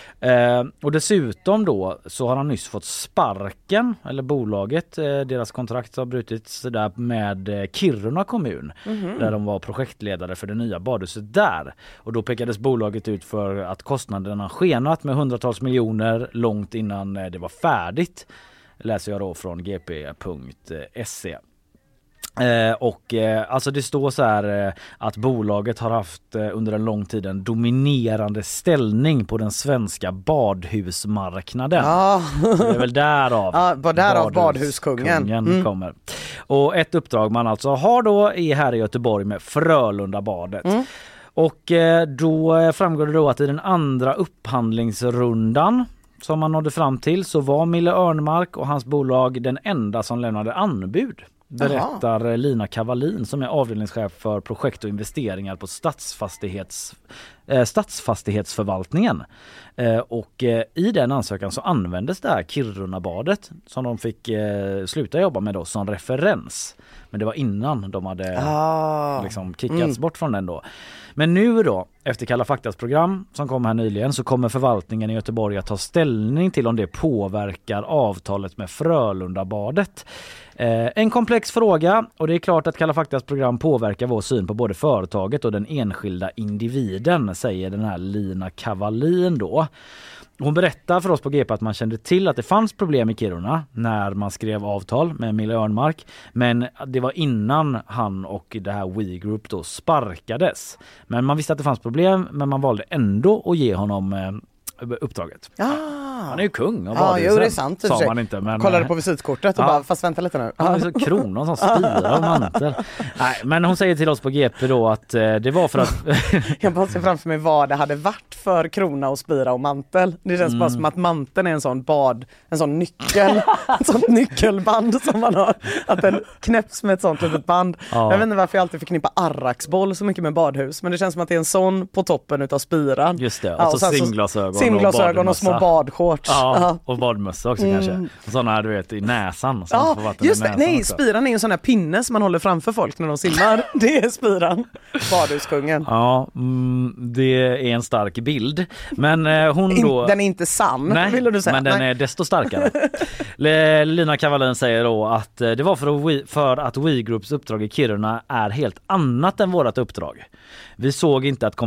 Och dessutom då så har han nyss fått sparken, eller bolaget, deras kontrakt har brutits där med Kiruna kommun, där de var projektledare för det nya badhuset där. Och då pekades bolaget ut för att kostnaderna skenat med hundratals miljoner långt innan det var färdigt, läser jag då från gp.se. Alltså det står så här att bolaget har haft under en lång tid en dominerande ställning på den svenska badhusmarknaden. Så det är väl därav badhuskungen kommer. Och ett uppdrag man alltså har då är här i Göteborg med Frölundabadet. Och då framgår det då att i den andra upphandlingsrundan som man nådde fram till så var Mille Örnmark och hans bolag den enda som lämnade anbud. Berättar Lina Kavalin som är avdelningschef för projekt och investeringar på stadsfastighetsförvaltningen. Och i den ansökan så användes det här Kirunabadet som de fick sluta jobba med då som referens. Men det var innan de hade liksom kickats bort från den då. Men nu då, efter Kalla faktas program som kom här nyligen, så kommer förvaltningen i Göteborg att ta ställning till om det påverkar avtalet med Frölundabadet. En komplex fråga, och det är klart att Kalla faktas program påverkar vår syn på både företaget och den enskilda individen, säger den här Lina Kavallin då. Hon berättar för oss på GP att man kände till att det fanns problem i Kiruna när man skrev avtal med Mille Örnmark, men det var innan han och det här We Group då sparkades. Men man visste att det fanns problem, men man valde ändå att ge honom uppdraget. Han är ju kung av badhuset. Det är sant. Sa man inte, men kollade på visitkortet och bara, fast vänta lite nu. Han är så kronan som spirar och mantel. Nej, men hon säger till oss på GP då att det var för att jag bara ser framför mig vad det hade varit för krona och spira och mantel. Det känns bara som att manteln är en sån nyckel, ett sånt nyckelband som man har, att den knäpps med ett sånt litet band. Jag vet inte varför jag alltid förknippar arraksboll så mycket med badhus, men det känns som att det är en sån på toppen utav spiran. Just det, och så simglasögon och små badshorts. Och badmössa också kanske. Sådana här, du vet, i näsan. Just det. Nej, spiran är ju en sån här pinne som man håller framför folk när de simmar. Det är spiran. Badhuskungen. Ja, det är en stark bild. Men hon då... Den är inte sann, vill du säga. Men den är desto starkare. Lina Kavallin säger då att det var för att We Groups uppdrag i Kiruna är helt annat än vårat uppdrag. Vi såg inte att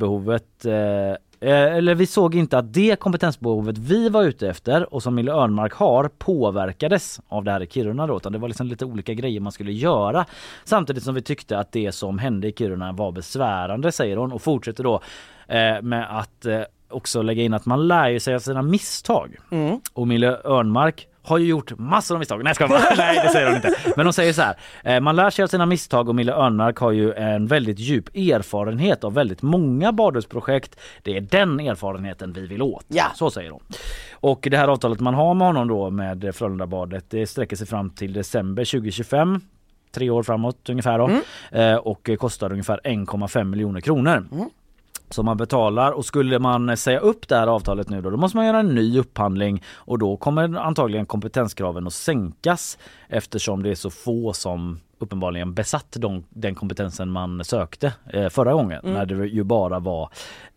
vi såg inte att det kompetensbehovet vi var ute efter och som Mille Örnmark har påverkades av det här i Kiruna då, utan det var liksom lite olika grejer man skulle göra, samtidigt som vi tyckte att det som hände i Kiruna var besvärande, säger hon, och fortsätter då med att också lägga in att man lär sig av sina misstag. Och Mille Örnmark har ju gjort massor av misstag. Nej, det säger hon inte. Men hon säger så här. Man lär sig av sina misstag och Mille Örnmark har ju en väldigt djup erfarenhet av väldigt många badhusprojekt. Det är den erfarenheten vi vill åt. Ja. Så säger hon. Och det här avtalet man har med honom då med Frölundabadet, det sträcker sig fram till december 2025. 3 år framåt ungefär då. Och kostar ungefär 1,5 miljoner kronor. Som man betalar, och skulle man säga upp det här avtalet nu då måste man göra en ny upphandling, och då kommer antagligen kompetenskraven att sänkas eftersom det är så få som uppenbarligen besatt den kompetensen man sökte förra gången när det ju bara var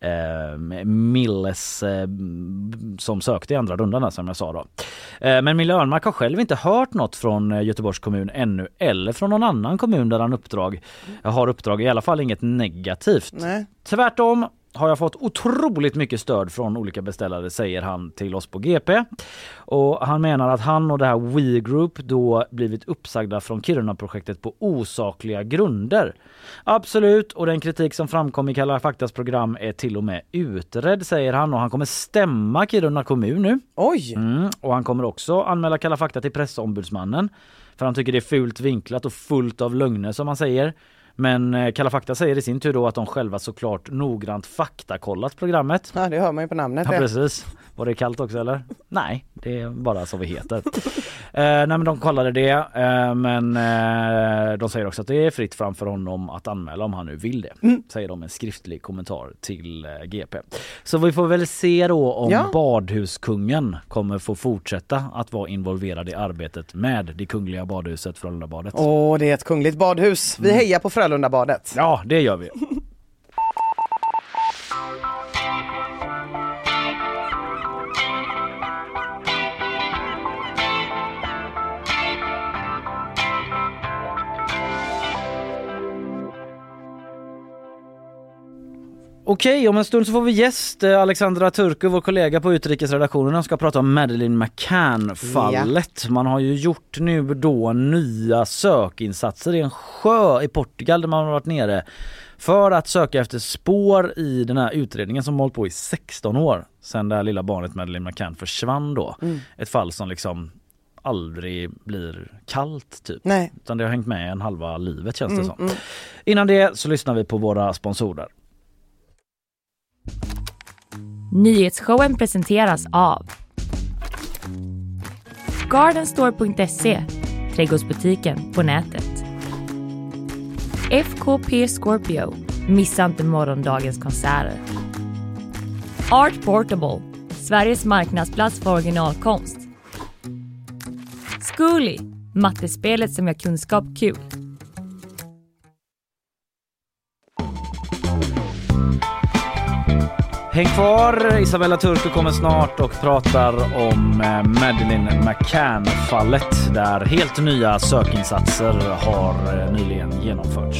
Milles som sökte i andra rundan som jag sa då. Men Mille Örnmark har själv inte hört något från Göteborgs kommun ännu eller från någon annan kommun där han har uppdrag, i alla fall inget negativt. Nej. Tvärtom har jag fått otroligt mycket stöd från olika beställare, säger han till oss på GP. Och han menar att han och det här We Group då blivit uppsagda från Kiruna-projektet på osakliga grunder. Absolut, och den kritik som framkom i Kalla faktas program är till och med utredd, säger han, och han kommer stämma Kiruna kommun nu. Oj! Och han kommer också anmäla Kalla fakta till pressombudsmannen, för han tycker det är fult vinklat och fullt av lögner som han säger. Men Kalla fakta säger i sin tur då att de själva såklart noggrant faktakollat programmet. Ja, det hör man ju på namnet. Ja, precis. Var det kallt också eller? Nej, det är bara så vi heter. Nej, men de kollade det. Men de säger också att det är fritt fram för honom att anmäla om han nu vill det. Säger de en skriftlig kommentar till GP. Så vi får väl se då om badhuskungen kommer få fortsätta att vara involverad i arbetet med det kungliga badhuset Frölundabadet. Det är ett kungligt badhus. Vi hejar på Frölundabadet. Ja, det gör vi. Okej, om en stund så får vi gäst Alexandra Turku, vår kollega på utrikesredaktionen, ska prata om Madeleine McCann-fallet. Man har ju gjort nu då nya sökinsatser i en sjö i Portugal där man har varit nere för att söka efter spår i den här utredningen som hållit på i 16 år sedan det här lilla barnet Madeleine McCann försvann då. Ett fall som liksom aldrig blir kallt typ. Nej. Utan det har hängt med en halva livet känns det som. Innan det så lyssnar vi på våra sponsorer. Nyhetsshowen presenteras av Gardenstore.se, trädgårdsbutiken på nätet. FKP Scorpio, Missa inte morgondagens konserter. Art Portable, Sveriges marknadsplats för originalkonst. Zcooly, mattespelet som gör kunskap kul. Häng kvar, Isabella Turku kommer snart och pratar om Madeleine McCann-fallet där helt nya sökinsatser har nyligen genomförts.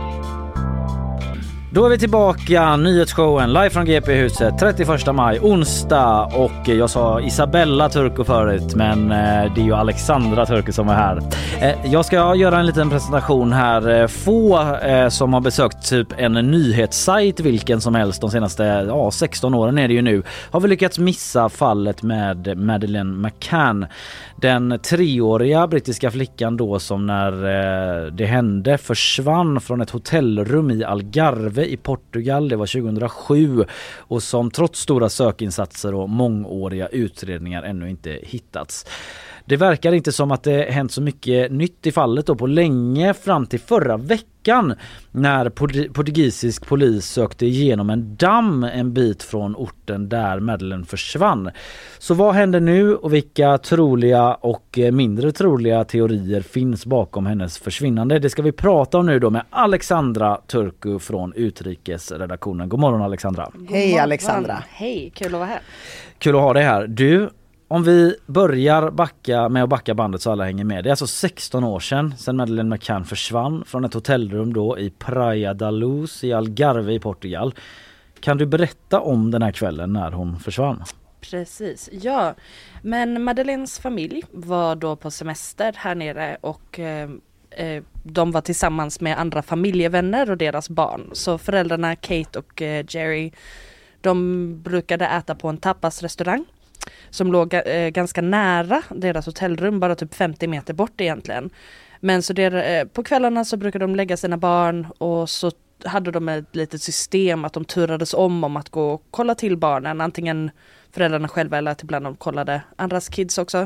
Då är vi tillbaka, nyhetsshowen live från GP-huset 31 maj, onsdag, och jag sa Isabella Turku förut, men det är ju Alexandra Turku som är här. Jag ska göra en liten presentation här. Få som har besökt typ en nyhetssajt, vilken som helst de senaste 16 åren är det ju nu, har vi lyckats missa fallet med Madeleine McCann. Den 3-åriga brittiska flickan då som när det hände försvann från ett hotellrum i Algarve i Portugal, det var 2007, och som trots stora sökinsatser och mångåriga utredningar ännu inte hittats. Det verkar inte som att det hänt så mycket nytt i fallet då på länge, fram till förra veckan när portugisisk polis sökte igenom en damm en bit från orten där Madeleine försvann. Så vad händer nu och vilka troliga och mindre troliga teorier finns bakom hennes försvinnande? Det ska vi prata om nu då med Alexandra Turku från utrikesredaktionen. God morgon Alexandra. Hej Alexandra. Hej, kul att vara här. Kul att ha dig här. Du, om vi börjar backa bandet så alla hänger med. Det är alltså 16 år sedan Madeleine McCann försvann från ett hotellrum då i Praia da Luz i Algarve i Portugal. Kan du berätta om den här kvällen när hon försvann? Precis, ja. Men Madeleines familj var då på semester här nere och de var tillsammans med andra familjevänner och deras barn. Så föräldrarna Kate och Jerry, de brukade äta på en tapasrestaurang som låg ganska nära deras hotellrum, bara typ 50 meter bort egentligen. Men så på kvällarna så brukade de lägga sina barn och så hade de ett litet system att de turades om att gå och kolla till barnen, antingen föräldrarna själva eller att ibland de kollade andras kids också.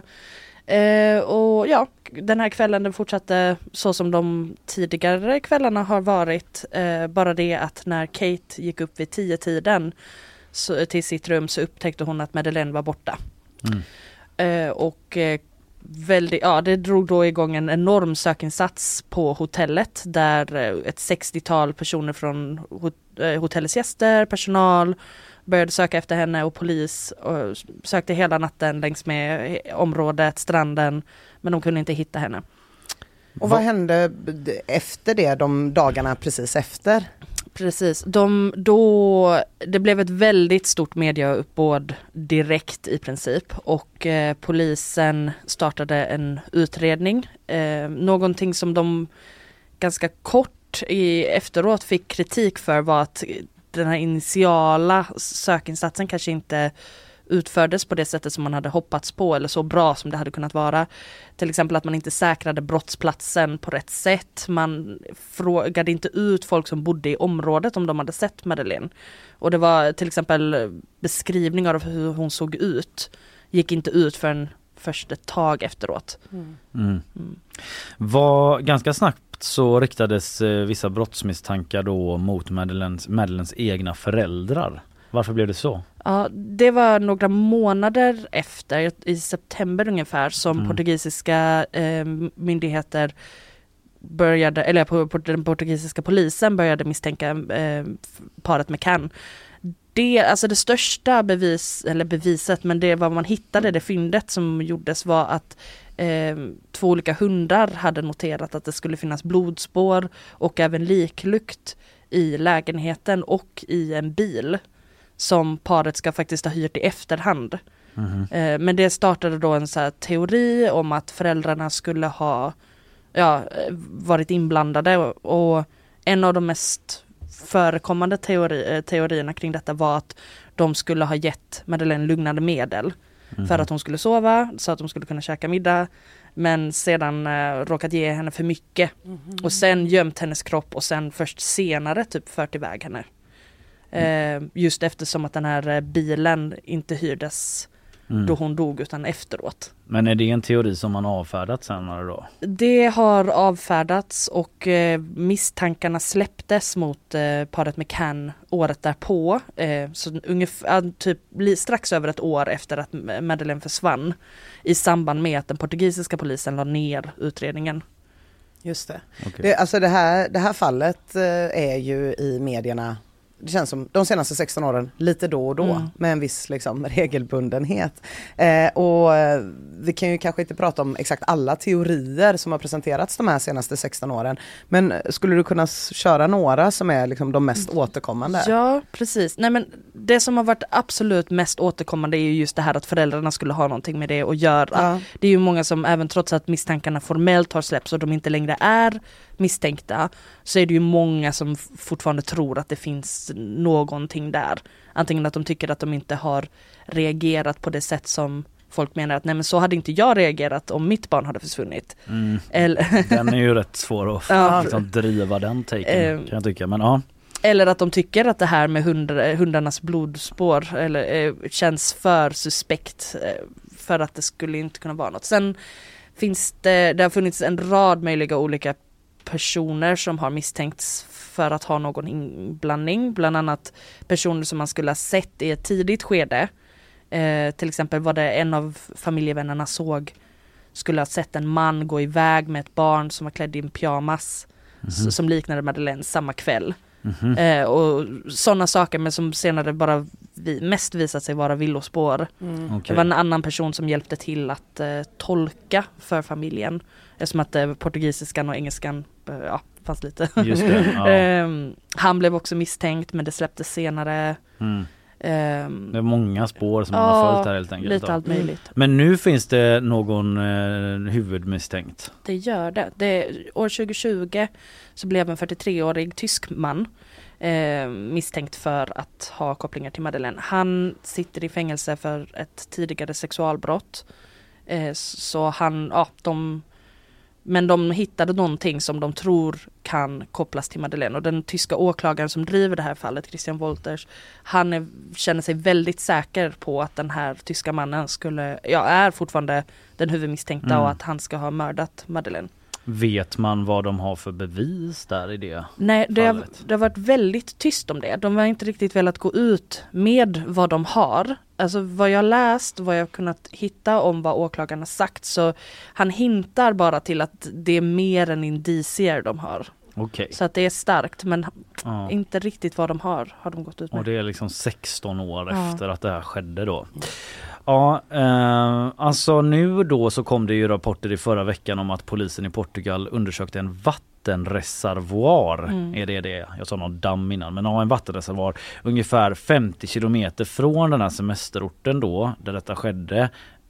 Och ja, den här kvällen den fortsatte så som de tidigare kvällarna har varit, bara det att när Kate gick upp vid 10-tiden till sitt rum så upptäckte hon att Madeleine var borta. Det drog då igång en enorm sökinsats på hotellet där ett 60-tal personer från hotellets gäster, personal började söka efter henne och polis och sökte hela natten längs med området, stranden, men de kunde inte hitta henne. Och vad hände efter det, de dagarna precis efter? Precis, det blev ett väldigt stort mediauppbåd direkt i princip och polisen startade en utredning. Någonting som de ganska kort efteråt fick kritik för var att den här initiala sökinsatsen kanske inte utfördes på det sättet som man hade hoppats på eller så bra som det hade kunnat vara. Till exempel att man inte säkrade brottsplatsen på rätt sätt. Man frågade inte ut folk som bodde i området om de hade sett Madeleine. Och det var till exempel beskrivningar av hur hon såg ut. Gick inte ut förrän först ett tag efteråt. Var ganska snabbt så riktades vissa brottsmisstankar då mot Madeleines egna föräldrar. Varför blev det så? Ja, det var några månader efter, i september ungefär, som portugisiska myndigheter började, eller den portugisiska polisen började misstänka paret McCann. Det största beviset, men det var man hittade, det fyndet som gjordes var att 2 olika hundar hade noterat att det skulle finnas blodspår och även liklukt i lägenheten och i en bil som paret ska faktiskt ha hyrt i efterhand. Men det startade då en så här teori om att föräldrarna skulle ha varit inblandade och en av de mest förekommande teorierna kring detta var att de skulle ha gett Madeleine lugnande medel för att hon skulle sova så att de skulle kunna käka middag, men sedan råkat ge henne för mycket och sen gömt hennes kropp och sen först senare typ fört iväg henne. Just eftersom att den här bilen inte hyrdes då hon dog utan efteråt. Men är det en teori som man avfärdat senare då? Det har avfärdats och misstankarna släpptes mot paret McCann året därpå. Så ungefär typ strax över ett år efter att Madeleine försvann i samband med att den portugisiska polisen la ner utredningen. Just det. Okay. Det här fallet är ju i medierna, det känns som de senaste 16 åren, lite då och då, med en viss liksom, regelbundenhet. Och vi kan ju kanske inte prata om exakt alla teorier som har presenterats de här senaste 16 åren. Men skulle du kunna köra några som är liksom, de mest återkommande? Ja, precis. Nej, men det som har varit absolut mest återkommande är ju just det här att föräldrarna skulle ha någonting med det att göra. Ja. Det är ju många som, även trots att misstankarna formellt har släppts och de inte längre är misstänkta, så är det ju många som fortfarande tror att det finns någonting där. Antingen att de tycker att de inte har reagerat på det sätt som folk menar att nej, men så hade inte jag reagerat om mitt barn hade försvunnit. Eller den är ju rätt svår att liksom driva den taken, kan jag tycka. Men, ja. Eller att de tycker att det här med hundarnas blodspår känns för suspekt för att det skulle inte kunna vara något. Sen finns det har funnits en rad möjliga olika personer som har misstänkts för att ha någon inblandning. Bland annat personer som man skulle ha sett i ett tidigt skede. Till exempel var det en av familjevännerna skulle ha sett en man gå iväg med ett barn som var klädd i en pyjamas som liknade Madeleine samma kväll. Och sådana saker, men som senare bara mest visat sig vara villospår. Okay. Det var en annan person som hjälpte till att tolka för familjen, eftersom att portugisiskan och engelskan fanns lite. Just det, ja. Han blev också misstänkt, men det släpptes senare. Det är många spår som man har följt här helt enkelt. Lite allt möjligt. Men nu finns det någon huvudmisstänkt. Det gör det. År 2020 så blev en 43-årig tysk man misstänkt för att ha kopplingar till Madeleine. Han sitter i fängelse för ett tidigare sexualbrott. Så men de hittade någonting som de tror kan kopplas till Madeleine. Och den tyska åklagaren som driver det här fallet, Christian Wolters, han känner sig väldigt säker på att den här tyska mannen är fortfarande den huvudmisstänkta och att han ska ha mördat Madeleine. Vet man vad de har för bevis där i det? Nej, det har varit väldigt tyst om det. De har inte riktigt velat gå ut med vad de har. Alltså vad jag läst, vad jag kunnat hitta om vad åklagaren har sagt, så han hintar bara till att det är mer än indicier de har. Okay. Så att det är starkt, men inte riktigt vad de har de gått ut med. Och det är liksom 16 år efter att det här skedde då. Ja, alltså nu då så kom det ju rapporter i förra veckan om att polisen i Portugal undersökte en vattenreservoar. Är det? Jag sa någon damm innan, men en vattenreservoar ungefär 50 kilometer från den här semesterorten då, där detta skedde.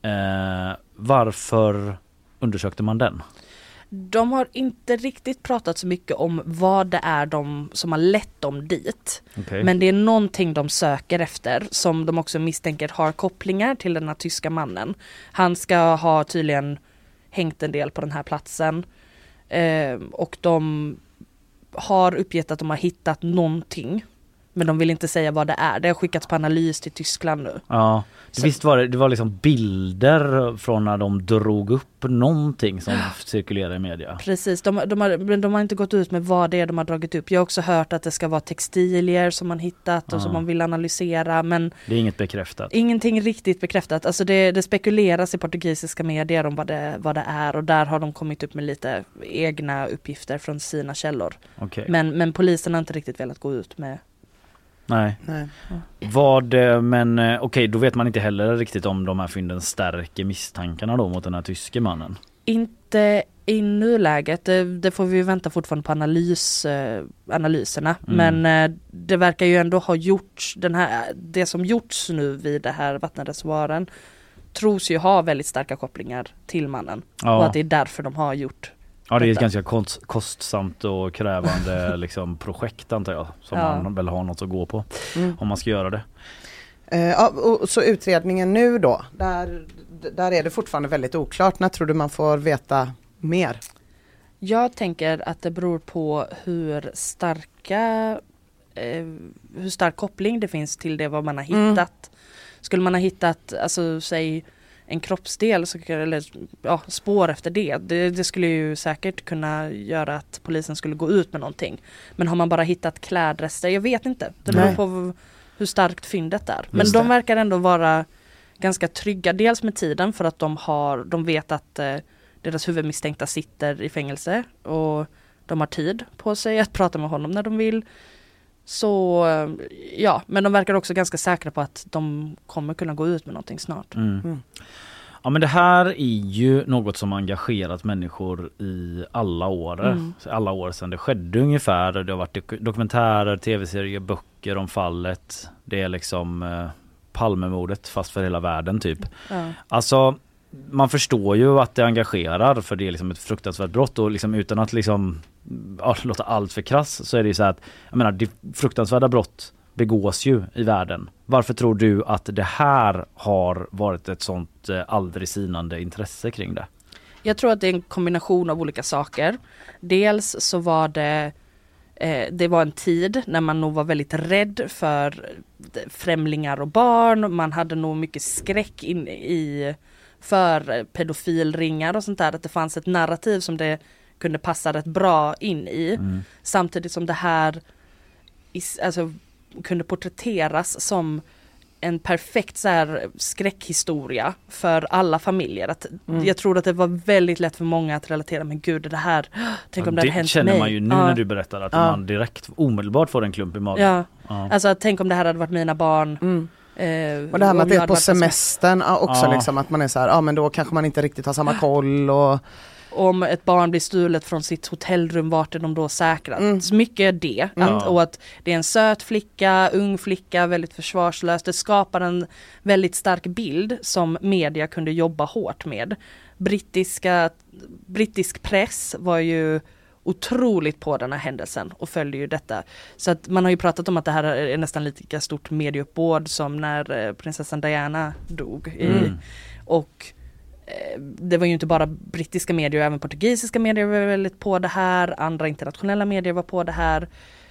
Varför undersökte man den? De har inte riktigt pratat så mycket om vad det är som har lett dem dit. Okay. Men det är någonting de söker efter som de också misstänker har kopplingar till den här tyska mannen. Han ska ha tydligen hängt en del på den här platsen. Och de har uppgett att de har hittat någonting. Men de vill inte säga vad det är. Det har skickats på analys till Tyskland nu. Ja, visst var det var liksom bilder från när de drog upp någonting som cirkulerar i media. Precis, de har inte gått ut med vad det är de har dragit upp. Jag har också hört att det ska vara textilier som man hittat och som man vill analysera. Men det är inget bekräftat. Ingenting riktigt bekräftat. Alltså det spekuleras i portugisiska medier om vad det är, och där har de kommit upp med lite egna uppgifter från sina källor. Okay. Men polisen har inte riktigt velat gå ut med. Nej. Men okej, då vet man inte heller riktigt om de här fynden stärker misstankarna då mot den här tyske mannen. Inte i nuläget. Det får vi vänta fortfarande på analyserna. Men det verkar ju ändå ha gjorts det som gjorts nu vid det här vattenreservoaren tros ju ha väldigt starka kopplingar till mannen. Ja. Och att det är därför de har gjort. Ja, det är ett ganska kostsamt och krävande liksom, projekt antar jag, som man väl har något att gå på om man ska göra det. Och så utredningen nu då, där är det fortfarande väldigt oklart. När tror du man får veta mer? Jag tänker att det beror på hur stark koppling det finns till det vad man har hittat. Skulle man ha hittat, alltså säg en kroppsdel eller spår efter det skulle ju säkert kunna göra att polisen skulle gå ut med någonting. Men har man bara hittat klädrester, jag vet inte. Det beror på hur starkt fyndet är. Men de verkar ändå vara ganska trygga, dels med tiden för att de vet att deras huvudmisstänkta sitter i fängelse och de har tid på sig att prata med honom när de vill. Så men de verkar också ganska säkra på att de kommer kunna gå ut med någonting snart. Ja, men det här är ju något som engagerat människor i alla år sedan det skedde ungefär. Det har varit dokumentärer, tv-serier, böcker om fallet. Det är liksom Palmemordet fast för hela världen typ. Alltså man förstår ju att det engagerar, för det är liksom ett fruktansvärt brott, och liksom utan att liksom låta allt för krass, så är det ju så att jag menar, det fruktansvärda brott begås ju i världen. Varför tror du att det här har varit ett sånt aldrig sinande intresse kring det? Jag tror att det är en kombination av olika saker. Dels så var det var en tid när man nog var väldigt rädd för främlingar och barn. Man hade nog mycket skräck för pedofilringar och sånt där. Att det fanns ett narrativ som det kunde passa rätt bra in i. Samtidigt som det här kunde porträtteras som en perfekt så här skräckhistoria för alla familjer. Jag tror att det var väldigt lätt för många att relatera, men gud, det här, tänk om det hade hänt mig. Det känner man ju nu när du berättar att man direkt omedelbart får en klump i magen. Alltså tänk om det här hade varit mina barn. Och det här med att det är på semestern också liksom, att man är så här, men då kanske man inte riktigt har samma koll och om ett barn blir stulet från sitt hotellrum, vart är de då säkrat? Så mycket är det. Och att det är en söt flicka, ung flicka, väldigt försvarslös. Det skapar en väldigt stark bild som media kunde jobba hårt med. Brittisk press var ju otroligt på den här händelsen och följde ju detta. Så att man har ju pratat om att det här är nästan lika stort medieuppbåd som när prinsessan Diana dog. Och det var ju inte bara brittiska medier, även portugisiska medier var väldigt på det här. Andra internationella medier var på det här.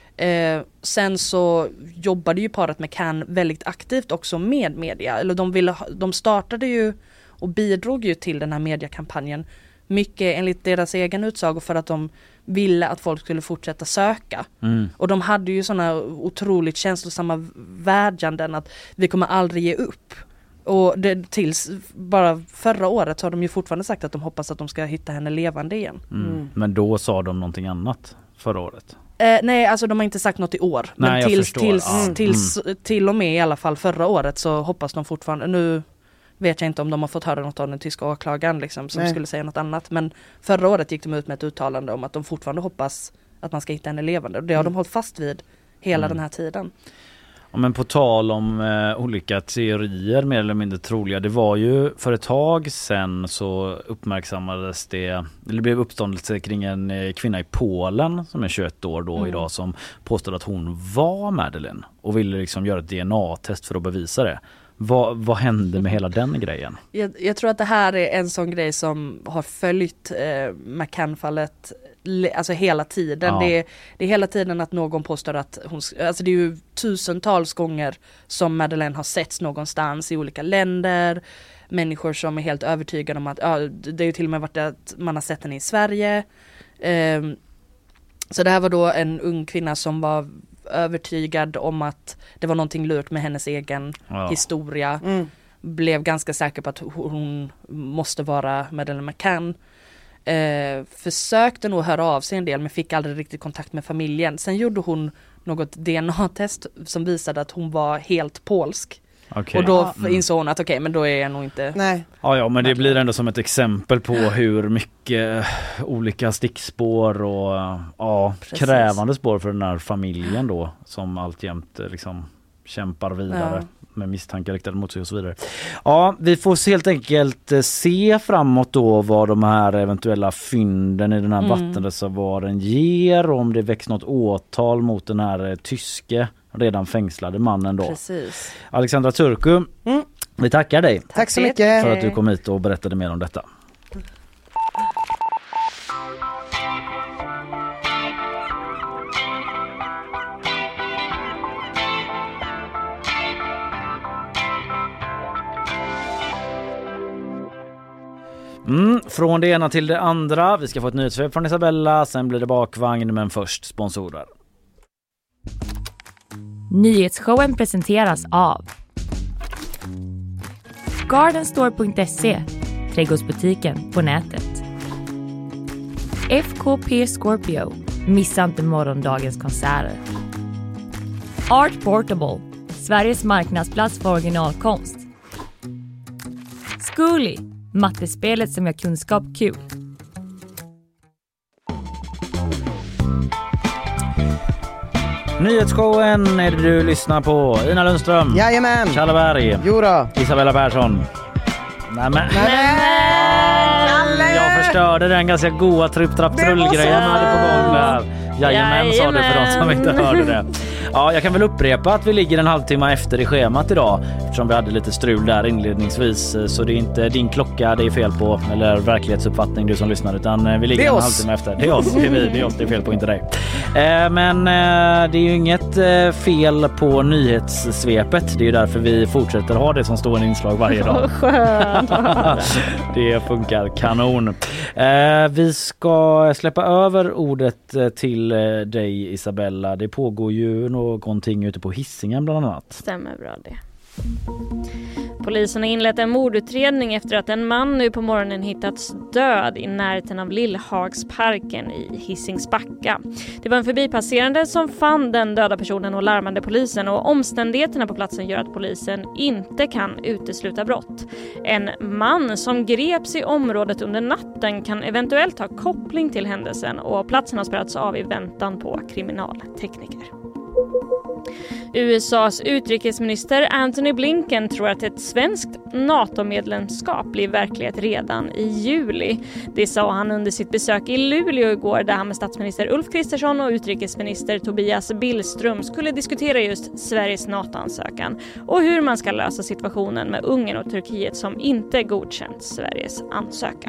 Sen så jobbade ju paret McCann väldigt aktivt också med media. Eller de startade ju och bidrog ju till den här mediekampanjen. Mycket enligt deras egen utsago för att de ville att folk skulle fortsätta söka. Och de hade ju såna otroligt känslosamma vädjanden att vi kommer aldrig ge upp. Och tills bara förra året så har de ju fortfarande sagt att de hoppas att de ska hitta henne levande igen. Men då sa de någonting annat förra året? Nej, alltså de har inte sagt något i år. Nej, men till och med i alla fall förra året så hoppas de fortfarande. Nu vet jag inte om de har fått höra något av den tyska åklagaren liksom, som skulle säga något annat. Men förra året gick de ut med ett uttalande om att de fortfarande hoppas att man ska hitta henne levande. Och det har de hållit fast vid hela den här tiden. Ja, men på tal om olika teorier, mer eller mindre troliga. Det var ju för ett tag sedan så uppmärksammades det blev uppståndelse kring en kvinna i Polen som är 21 år då idag, som påstod att hon var Madeleine och ville liksom göra ett DNA-test för att bevisa det. Vad hände med hela den grejen? Jag tror att det här är en sån grej som har följt McCann-fallet alltså hela tiden. Det är hela tiden att någon påstår att hon, alltså det är ju tusentals gånger som Madeleine har setts någonstans i olika länder. Människor som är helt övertygade om att det är ju till och med varit att man har sett henne i Sverige. Så det här var då en ung kvinna som var övertygad om att det var någonting lurt med hennes egen historia. Blev ganska säker på att hon måste vara Madeleine McCann. Försökte nog höra av sig en del men fick aldrig riktigt kontakt med familjen. Sen gjorde hon något DNA-test som visade att hon var helt polsk. Okay. Och då insåg hon att men då är jag nog inte... Nej. Ja, men det blir ändå som ett exempel på hur mycket olika stickspår och krävande spår för den här familjen då, som alltjämt liksom kämpar vidare med misstankar riktade mot sig och så vidare. Ja, vi får helt enkelt se framåt då vad de här eventuella fynden i den här vattenreservoaren ger, och om det väcks något åtal mot den här tyske redan fängslade mannen då. Precis. Alexandra Turku, vi tackar dig. Tack så mycket. För att du kom hit och berättade mer om detta. Från det ena till det andra. Vi ska få ett nyhetssvep från Isabella, sen blir det bakvagn, men först sponsorer. Nyhetsshowen presenteras av Gardenstore.se, trädgårdsbutiken på nätet. FKP Scorpio, missa inte morgondagens konserter. Art Portable, Sveriges marknadsplats för originalkonst. Zcooly, mattespelet som gör kunskap kul. Nyhetsshowen är det du lyssnar på. Ina Lundström. Jajamän. Kalle Berg. Jodå. Isabella Persson. Nämen. Jag förstörde den ganska goa tripp-trapp-trull-grejen jag hade på gång där. Jajamän, sa du för de som inte hörde det. Ja, jag kan väl upprepa att vi ligger en halvtimme efter i schemat idag eftersom vi hade lite strul där inledningsvis. Så det är inte din klocka det är fel på eller verklighetsuppfattning du som lyssnar, utan vi ligger en halvtimme efter. Det är oss, det är oss det är fel på, inte dig. Men det är ju inget fel på nyhetssvepet. Det är ju därför vi fortsätter ha det som stående inslag varje dag. Det funkar kanon. Vi ska släppa över ordet till dig, Isabella. Det pågår ju någonting ute på Hisingen bland annat. Stämmer bra det. Polisen har inlett en mordutredning efter att en man nu på morgonen hittats död i närheten av Lillhagsparken i Hisingsbacka. Det var en förbipasserande som fann den döda personen och larmade polisen, och omständigheterna på platsen gör att polisen inte kan utesluta brott. En man som greps i området under natten kan eventuellt ha koppling till händelsen, och platsen har spärrats av i väntan på kriminaltekniker. USAs utrikesminister Antony Blinken tror att ett svenskt NATO-medlemskap blir verklighet redan i juli. Det sa han under sitt besök i Luleå igår, där han med statsminister Ulf Kristersson och utrikesminister Tobias Billström skulle diskutera just Sveriges NATO-ansökan och hur man ska lösa situationen med Ungern och Turkiet som inte godkänt Sveriges ansökan.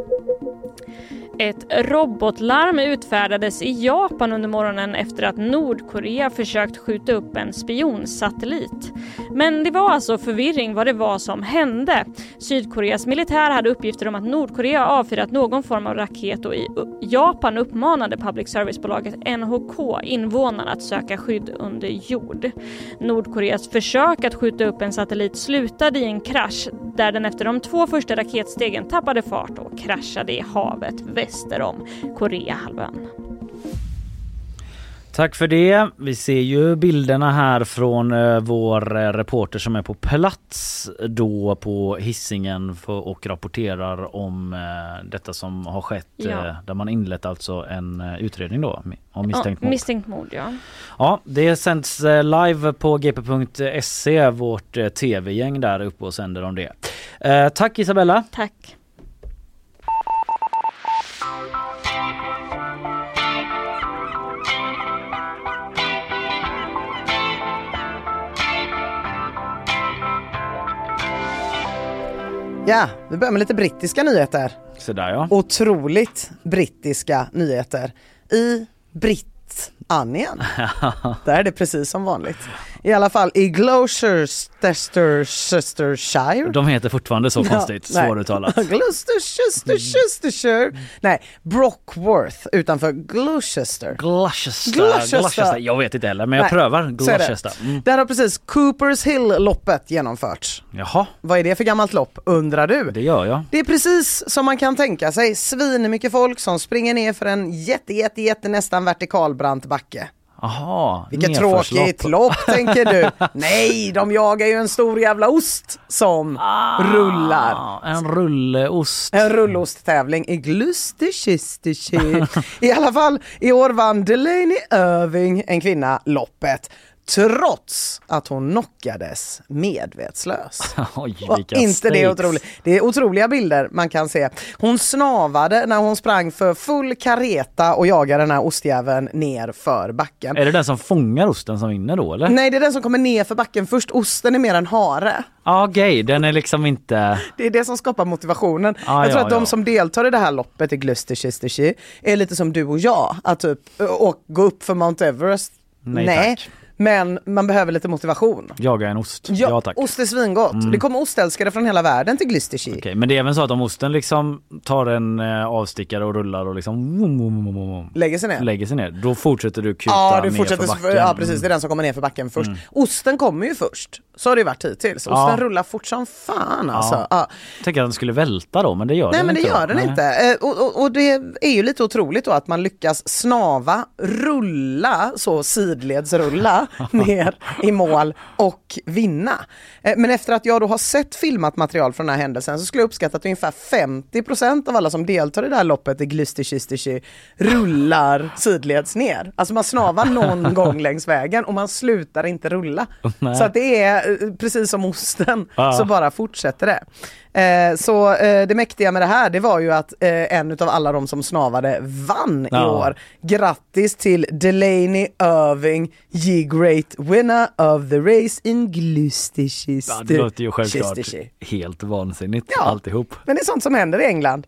Ett robotlarm utfärdades i Japan under morgonen efter att Nordkorea försökt skjuta upp en spionsatellit. Men det var alltså förvirring vad det var som hände. Sydkoreas militär hade uppgifter om att Nordkorea avfyrat någon form av raket, och i Japan uppmanade public servicebolaget NHK invånarna att söka skydd under jord. Nordkoreas försök att skjuta upp en satellit slutade i en krasch där den efter de 2 första raketstegen tappade fart och kraschade i havet väster om Koreahalvön. Tack för det. Vi ser ju bilderna här från vår reporter som är på plats då på Hisingen och rapporterar om detta som har skett, där man inlett alltså en utredning då om misstänkt mord. Misstänkt mord, ja. Ja, det sänds live på gp.se, vårt tv-gäng där uppe, och sänder om det. Tack Isabella. Tack. Ja, vi börjar med lite brittiska nyheter. Så där, ja. Otroligt brittiska nyheter. I Britannien. Där är det precis som vanligt. I alla fall i Gloucestershire. De heter fortfarande så konstigt, svåruttalat. Gloucestershire. Nej, Brockworth utanför Gloucester. Gloucester. Jag vet inte heller, men jag prövar Gloucester. Där har precis Coopers Hill-loppet genomförts. Jaha. Vad är det för gammalt lopp, undrar du? Det gör jag. Det är precis som man kan tänka sig. Svinmycket folk som springer ner för en jätte nästan vertikalbrant backe. Aha, vilket tråkigt lopp, tänker du. Nej, de jagar ju en stor jävla ost som rullar. En rullost. En rullosttävling i Gloucestershire. I alla fall, i år vann Delaney Irving, en kvinna, loppet. Trots att hon knockades medvetslös. Oj, inte det otroligt. Det är otroliga bilder man kan se. Hon snavade när hon sprang för full kareta och jagade den här ostjäveln ner för backen. Är det den som fångar osten som vinner då, eller? Nej, det är den som kommer ner för backen först. Osten är mer en hare. Okej, den är liksom inte... Det är det som skapar motivationen. Jag tror att de som deltar i det här loppet i Gloucestershire är lite som du och jag. Att typ gå upp för Mount Everest. Nej. Men man behöver lite motivation. Jaga en ost. Ja tack. Ost är svingott. Det kommer ostälskare från hela världen till Glysterchi. Okej, men det är även så att om osten liksom tar en avstickare och rullar och liksom lägger sig ner. Då fortsätter du kuta du fortsätter ner för backen. Ja, precis. Det är den som kommer ner för backen först. Osten kommer ju först. Så har det varit hittills. Osten rullar fort som fan alltså. Ja. Tänker att den skulle välta då, men det gör den inte. Nej, men det gör den inte. Och det är ju lite otroligt då att man lyckas snava, rulla, så sidledsrulla ner i mål och vinna. Men efter att jag då har sett filmat material från den här händelsen så skulle jag uppskatta att ungefär 50% av alla som deltar i det här loppet i Glysterchi rullar sidleds ner. Alltså man snavar någon gång längs vägen och man slutar inte rulla. Nej. Så att det är precis som osten, så bara fortsätter det. Så det mäktiga med det här, det var ju att en av alla de som snavade vann i år. Grattis till Delaney Irving, ye great winner of the race in Glysterchi. Ja, det låter ju självklart helt vansinnigt alltihop. Men det är sånt som händer i England.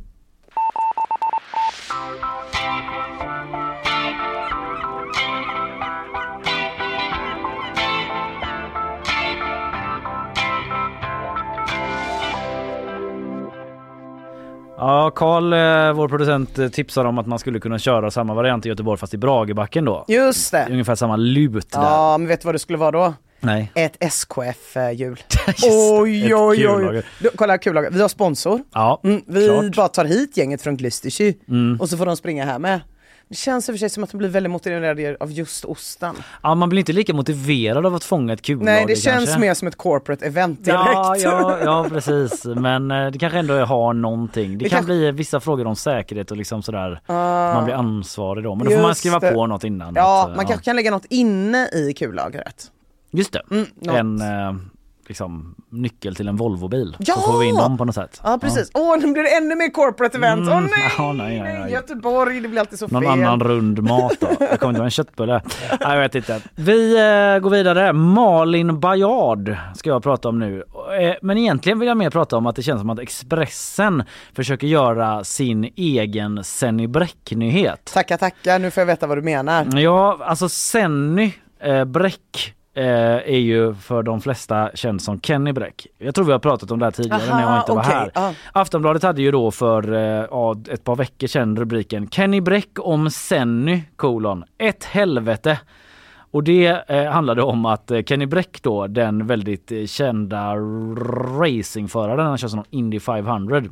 Ja, Carl, vår producent, tipsar om att man skulle kunna köra samma variant i Göteborg fast i Bragebacken då. Just det. Ungefär samma lut där. Ja, men vet du vad det skulle vara då? Nej. Ett SKF-hjul. Oj. Kolla, kul. Vi har sponsor. Ja, vi bara tar hit gänget från Glysterchi och så får de springa här med. Det känns i och för sig som att de blir väldigt motiverade av just osten. Ja, man blir inte lika motiverad av att fånga ett kullag. Nej, det känns mer som ett corporate event direkt. Ja, precis. Men det kanske ändå har någonting. Det kan bli vissa frågor om säkerhet och liksom sådär. Man blir ansvarig då. Men då får man skriva på något innan. Ja, man kanske kan lägga något inne i kullagret. Just det. En liksom nyckel till en Volvo-bil. Så får vi in dem på något sätt. Ja, precis. Nu blir det ännu mer corporate event. Nej. Göteborg, det blir alltid så fel. Någon annan rund mat då. Det kommer inte vara en köttbulle. Nej, jag vet inte. Vi går vidare. Malin Bajard ska jag prata om nu. Men egentligen vill jag mer prata om att det känns som att Expressen försöker göra sin egen Senny Bräck-nyhet. Tacka. Nu får jag veta vad du menar. Ja, alltså Senny Bräck är ju för de flesta känd som Kenny Bräck. Jag tror vi har pratat om det här tidigare när jag inte var här. Aftonbladet hade ju då för ett par veckor sedan rubriken Kenny Bräck om Senny, ett helvete. Och det handlade om att Kenny Bräck då, den väldigt kända racingföraren, han kör som Indy 500.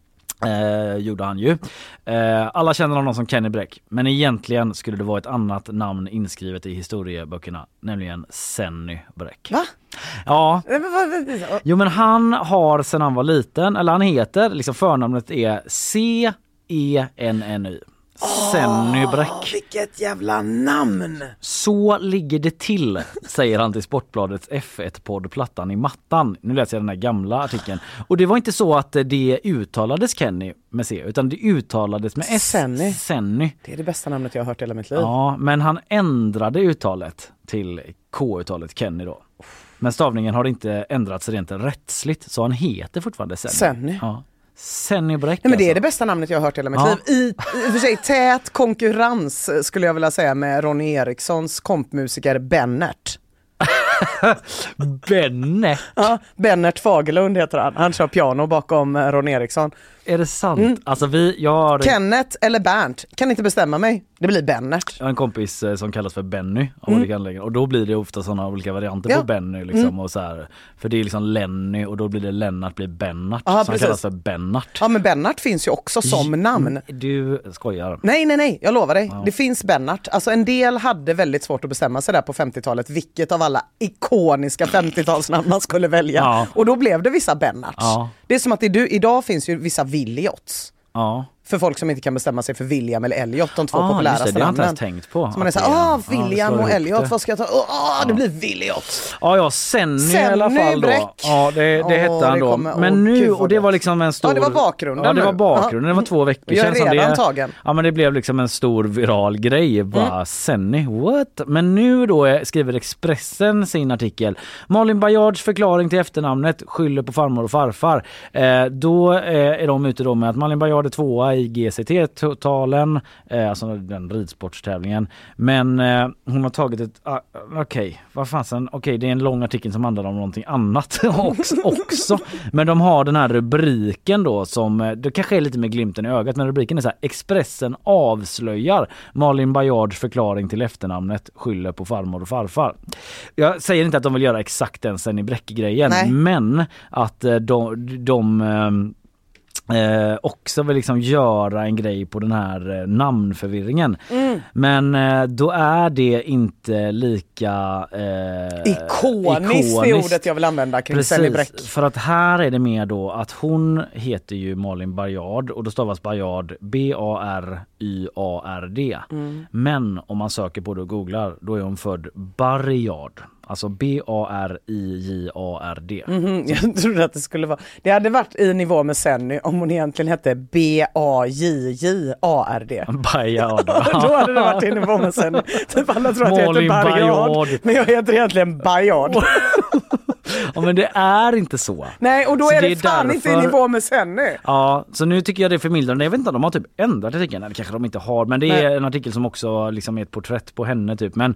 Gjorde han ju. Alla känner honom som Kenny Bräck, men egentligen skulle det vara ett annat namn inskrivet i historieböckerna, nämligen Senny Bräck. Va? Ja. Jo, men han har sedan han var liten, eller han heter, liksom förnamnet är C-E-N-N-Y. Senny Bräck. Vilket jävla namn! Så ligger det till, säger han till Sportbladets F1-podd Plattan i mattan. Nu läser jag den här gamla artikeln. Och det var inte så att det uttalades Kenny med C, utan det uttalades med S. Senny. Det är det bästa namnet jag har hört i hela mitt liv. Ja, men han ändrade uttalet till K-uttalet Kenny då. Men stavningen har inte ändrats rent rättsligt, så han heter fortfarande Senny. Ja. Senny Bräck. Nej, men det är det bästa namnet jag har hört i hela mitt liv. I för sig tät konkurrens skulle jag vilja säga med Ronny Erikssons kompmusiker Bennert. Bennert? Ja, Bennert Fagerlund heter han. Han kör piano bakom Ronny Eriksson. Är det sant? Alltså Kenneth eller Bernt, kan inte bestämma mig. Det blir Bennert. Jag har en kompis som kallas för Benny av olika anläggningar. Och då blir det ofta sådana olika varianter på Benny liksom, och så här. För det är liksom Lenny och då blir det Lennart blir Bennart. Så han kallas för Bennart. Ja, men Bennart finns ju också som namn. Du skojar. Nej, jag lovar dig. Det finns Bennart. Alltså en del hade väldigt svårt att bestämma sig där på 50-talet vilket av alla ikoniska 50-talsnamn man skulle välja. Ja. Och då blev det vissa Bennart. Ja. Det är som att idag finns ju vissa Williots. Ja. För folk som inte kan bestämma sig för William eller Elliot, de två populäraste namnen. Det har jag inte ens tänkt på. Så man är såhär, William och Elliot, vad ska jag ta? Det blir Williot. Ja, Senny i alla fall då. Ja, det hette han då. Men nu, och det var liksom en stor... Ja, det var bakgrunden. Ja, det var bakgrunden. Det var 2 veckor sedan. Jag är redan tagen. Ja, men det blev liksom en stor viral grej. Bara, Senny, what? Men nu då skriver Expressen sin artikel. Malin Bajards förklaring till efternamnet skyller på farmor och farfar. Då är de ute då med att Malin Bajard är 2:a i GCT-totalen, alltså den ridsportstävlingen. Men hon har tagit ett... det är en lång artikel som handlar om någonting annat också. Men de har den här rubriken då som, det kanske är lite med glimten i ögat, men rubriken är så här: Expressen avslöjar Malin Baryards förklaring till efternamnet, skyller på farmor och farfar. Jag säger inte att de vill göra exakt den sen i Bräck-grejen, men att de också vill liksom göra en grej på den här namnförvirringen. Men då är det inte lika ikoniskt i ordet jag vill använda kring Sally Bräck. För att här är det mer då att hon heter ju Malin Baryard och då stavas Baryard B-A-R-Y-A-R-D. Men om man söker på det och googlar, då är hon född Baryard. Alltså B-A-R-I-J-A-R-D. Jag trodde att det skulle vara... Det hade varit i nivå med Senny om hon egentligen hette B-A-J-J-A-R-D. Baryard. Då hade det varit i nivå med Senny. Typ alla tror att jag heter Baryard, men jag heter egentligen Baryard. Ja, men det är inte så. Nej, och då så är det fan därför... inte i nivå med Senny. Ja, så nu tycker jag det är förmildrande. Jag vet inte om de har typ ändrat artikeln. Eller kanske de inte har. Men det är en artikel som också liksom är ett porträtt på henne typ. Men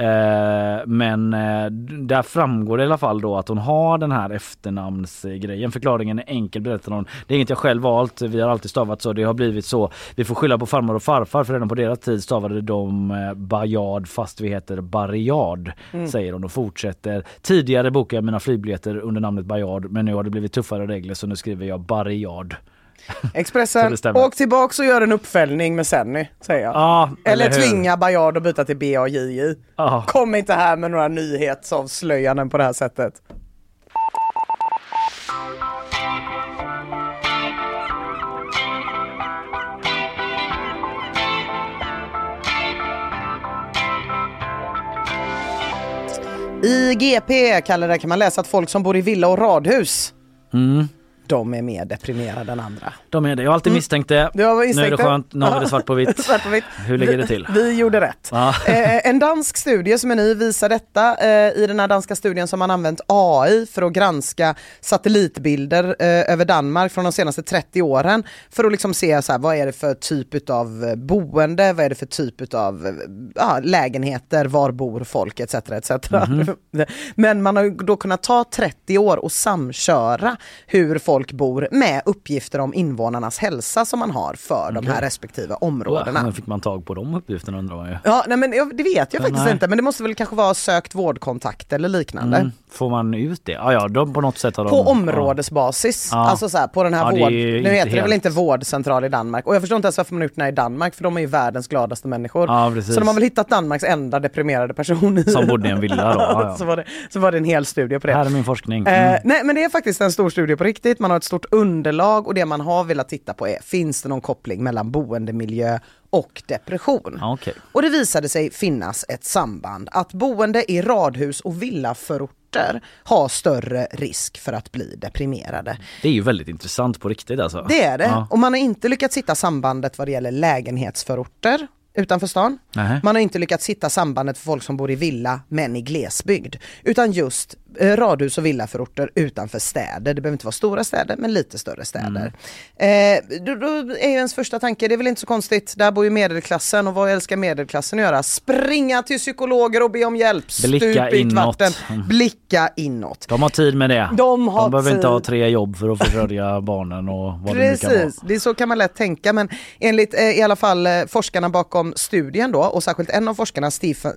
där framgår det i alla fall då att hon har den här efternamnsgrejen. Förklaringen är enkel, berättar hon. Det är inget jag själv valt. Vi har alltid stavat så. Det har blivit så. Vi får skylla på farmor och farfar, för redan på deras tid stavade de Baryard fast vi heter Baryard, säger hon och fortsätter. Tidigare bokade jag mina flygbiljetter under namnet Baryard, men nu har det blivit tuffare regler så nu skriver jag Baryard. Expressen, åk tillbaka och gör en uppföljning med Senny, säger jag. Ja, eller tvinga Baryard att byta till B-A-J-J. Kom inte här med några nyhetsavslöjanden på det här sättet. I GP kan man läsa att folk som bor i villa och radhus de är mer deprimerade än andra. De är det. Jag har alltid misstänkt det. Nu är det skönt. Nu har vi det svart på vitt. Hur ligger det till? Vi gjorde rätt. En dansk studie som är ny visar detta. I den här danska studien som man använt AI för att granska satellitbilder över Danmark från de senaste 30 åren. För att liksom se så här, vad är det för typ av boende, vad är det för typ av lägenheter, var bor folk etc. Men man har då kunnat ta 30 år och samköra hur folk bor med uppgifter om invånarnas hälsa som man har för de här respektive områdena. Men fick man tag på de uppgifterna, undrar man ju. Ja, nej, men det vet jag faktiskt inte, men det måste väl kanske vara sökt vårdkontakt eller liknande. Får man ut det? Ja, de på något sätt har de... På områdesbasis. Alltså så här, på den här nu heter det väl inte vårdcentral i Danmark. Och jag förstår inte ens varför man har gjort den här i Danmark, för de är ju världens gladaste människor. Så de har väl hittat Danmarks enda deprimerade person som bodde i en villa då. Så var det en hel studie på det. Här är min forskning. Nej, men det är faktiskt en stor studie på riktigt. Man har ett stort underlag och det man har velat titta på är, finns det någon koppling mellan boendemiljö och depression? Okay. Och det visade sig finnas ett samband, att boende i radhus och villaförorter har större risk för att bli deprimerade. Det är ju väldigt intressant på riktigt alltså. Det är det. Ja. Och man har inte lyckats hitta sambandet vad det gäller lägenhetsförorter utanför stan. Man har inte lyckats hitta sambandet för folk som bor i villa men i glesbygd, utan just radhus och villaförorter utanför städer. Det behöver inte vara stora städer, men lite större städer. Då är ju ens första tanke, det är väl inte så konstigt. Där bor ju medelklassen, och vad älskar medelklassen att göra? Springa till psykologer och be om hjälp. Blicka inåt. Blicka inåt. De har tid med det. De behöver inte ha 3 jobb för att försörja barnen och vad det nu kan vara. Det är så kan man lätt tänka, men enligt i alla fall forskarna bakom studien då, och särskilt en av forskarna,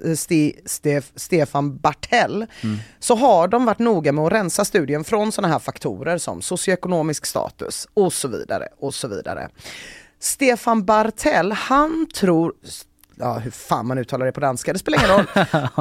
Stefan Bartell, så har de varit noga med att rensa studien från såna här faktorer som socioekonomisk status och så vidare och så vidare. Stefan Bartell, han tror, hur fan man uttalar det på danska, det spelar ingen roll.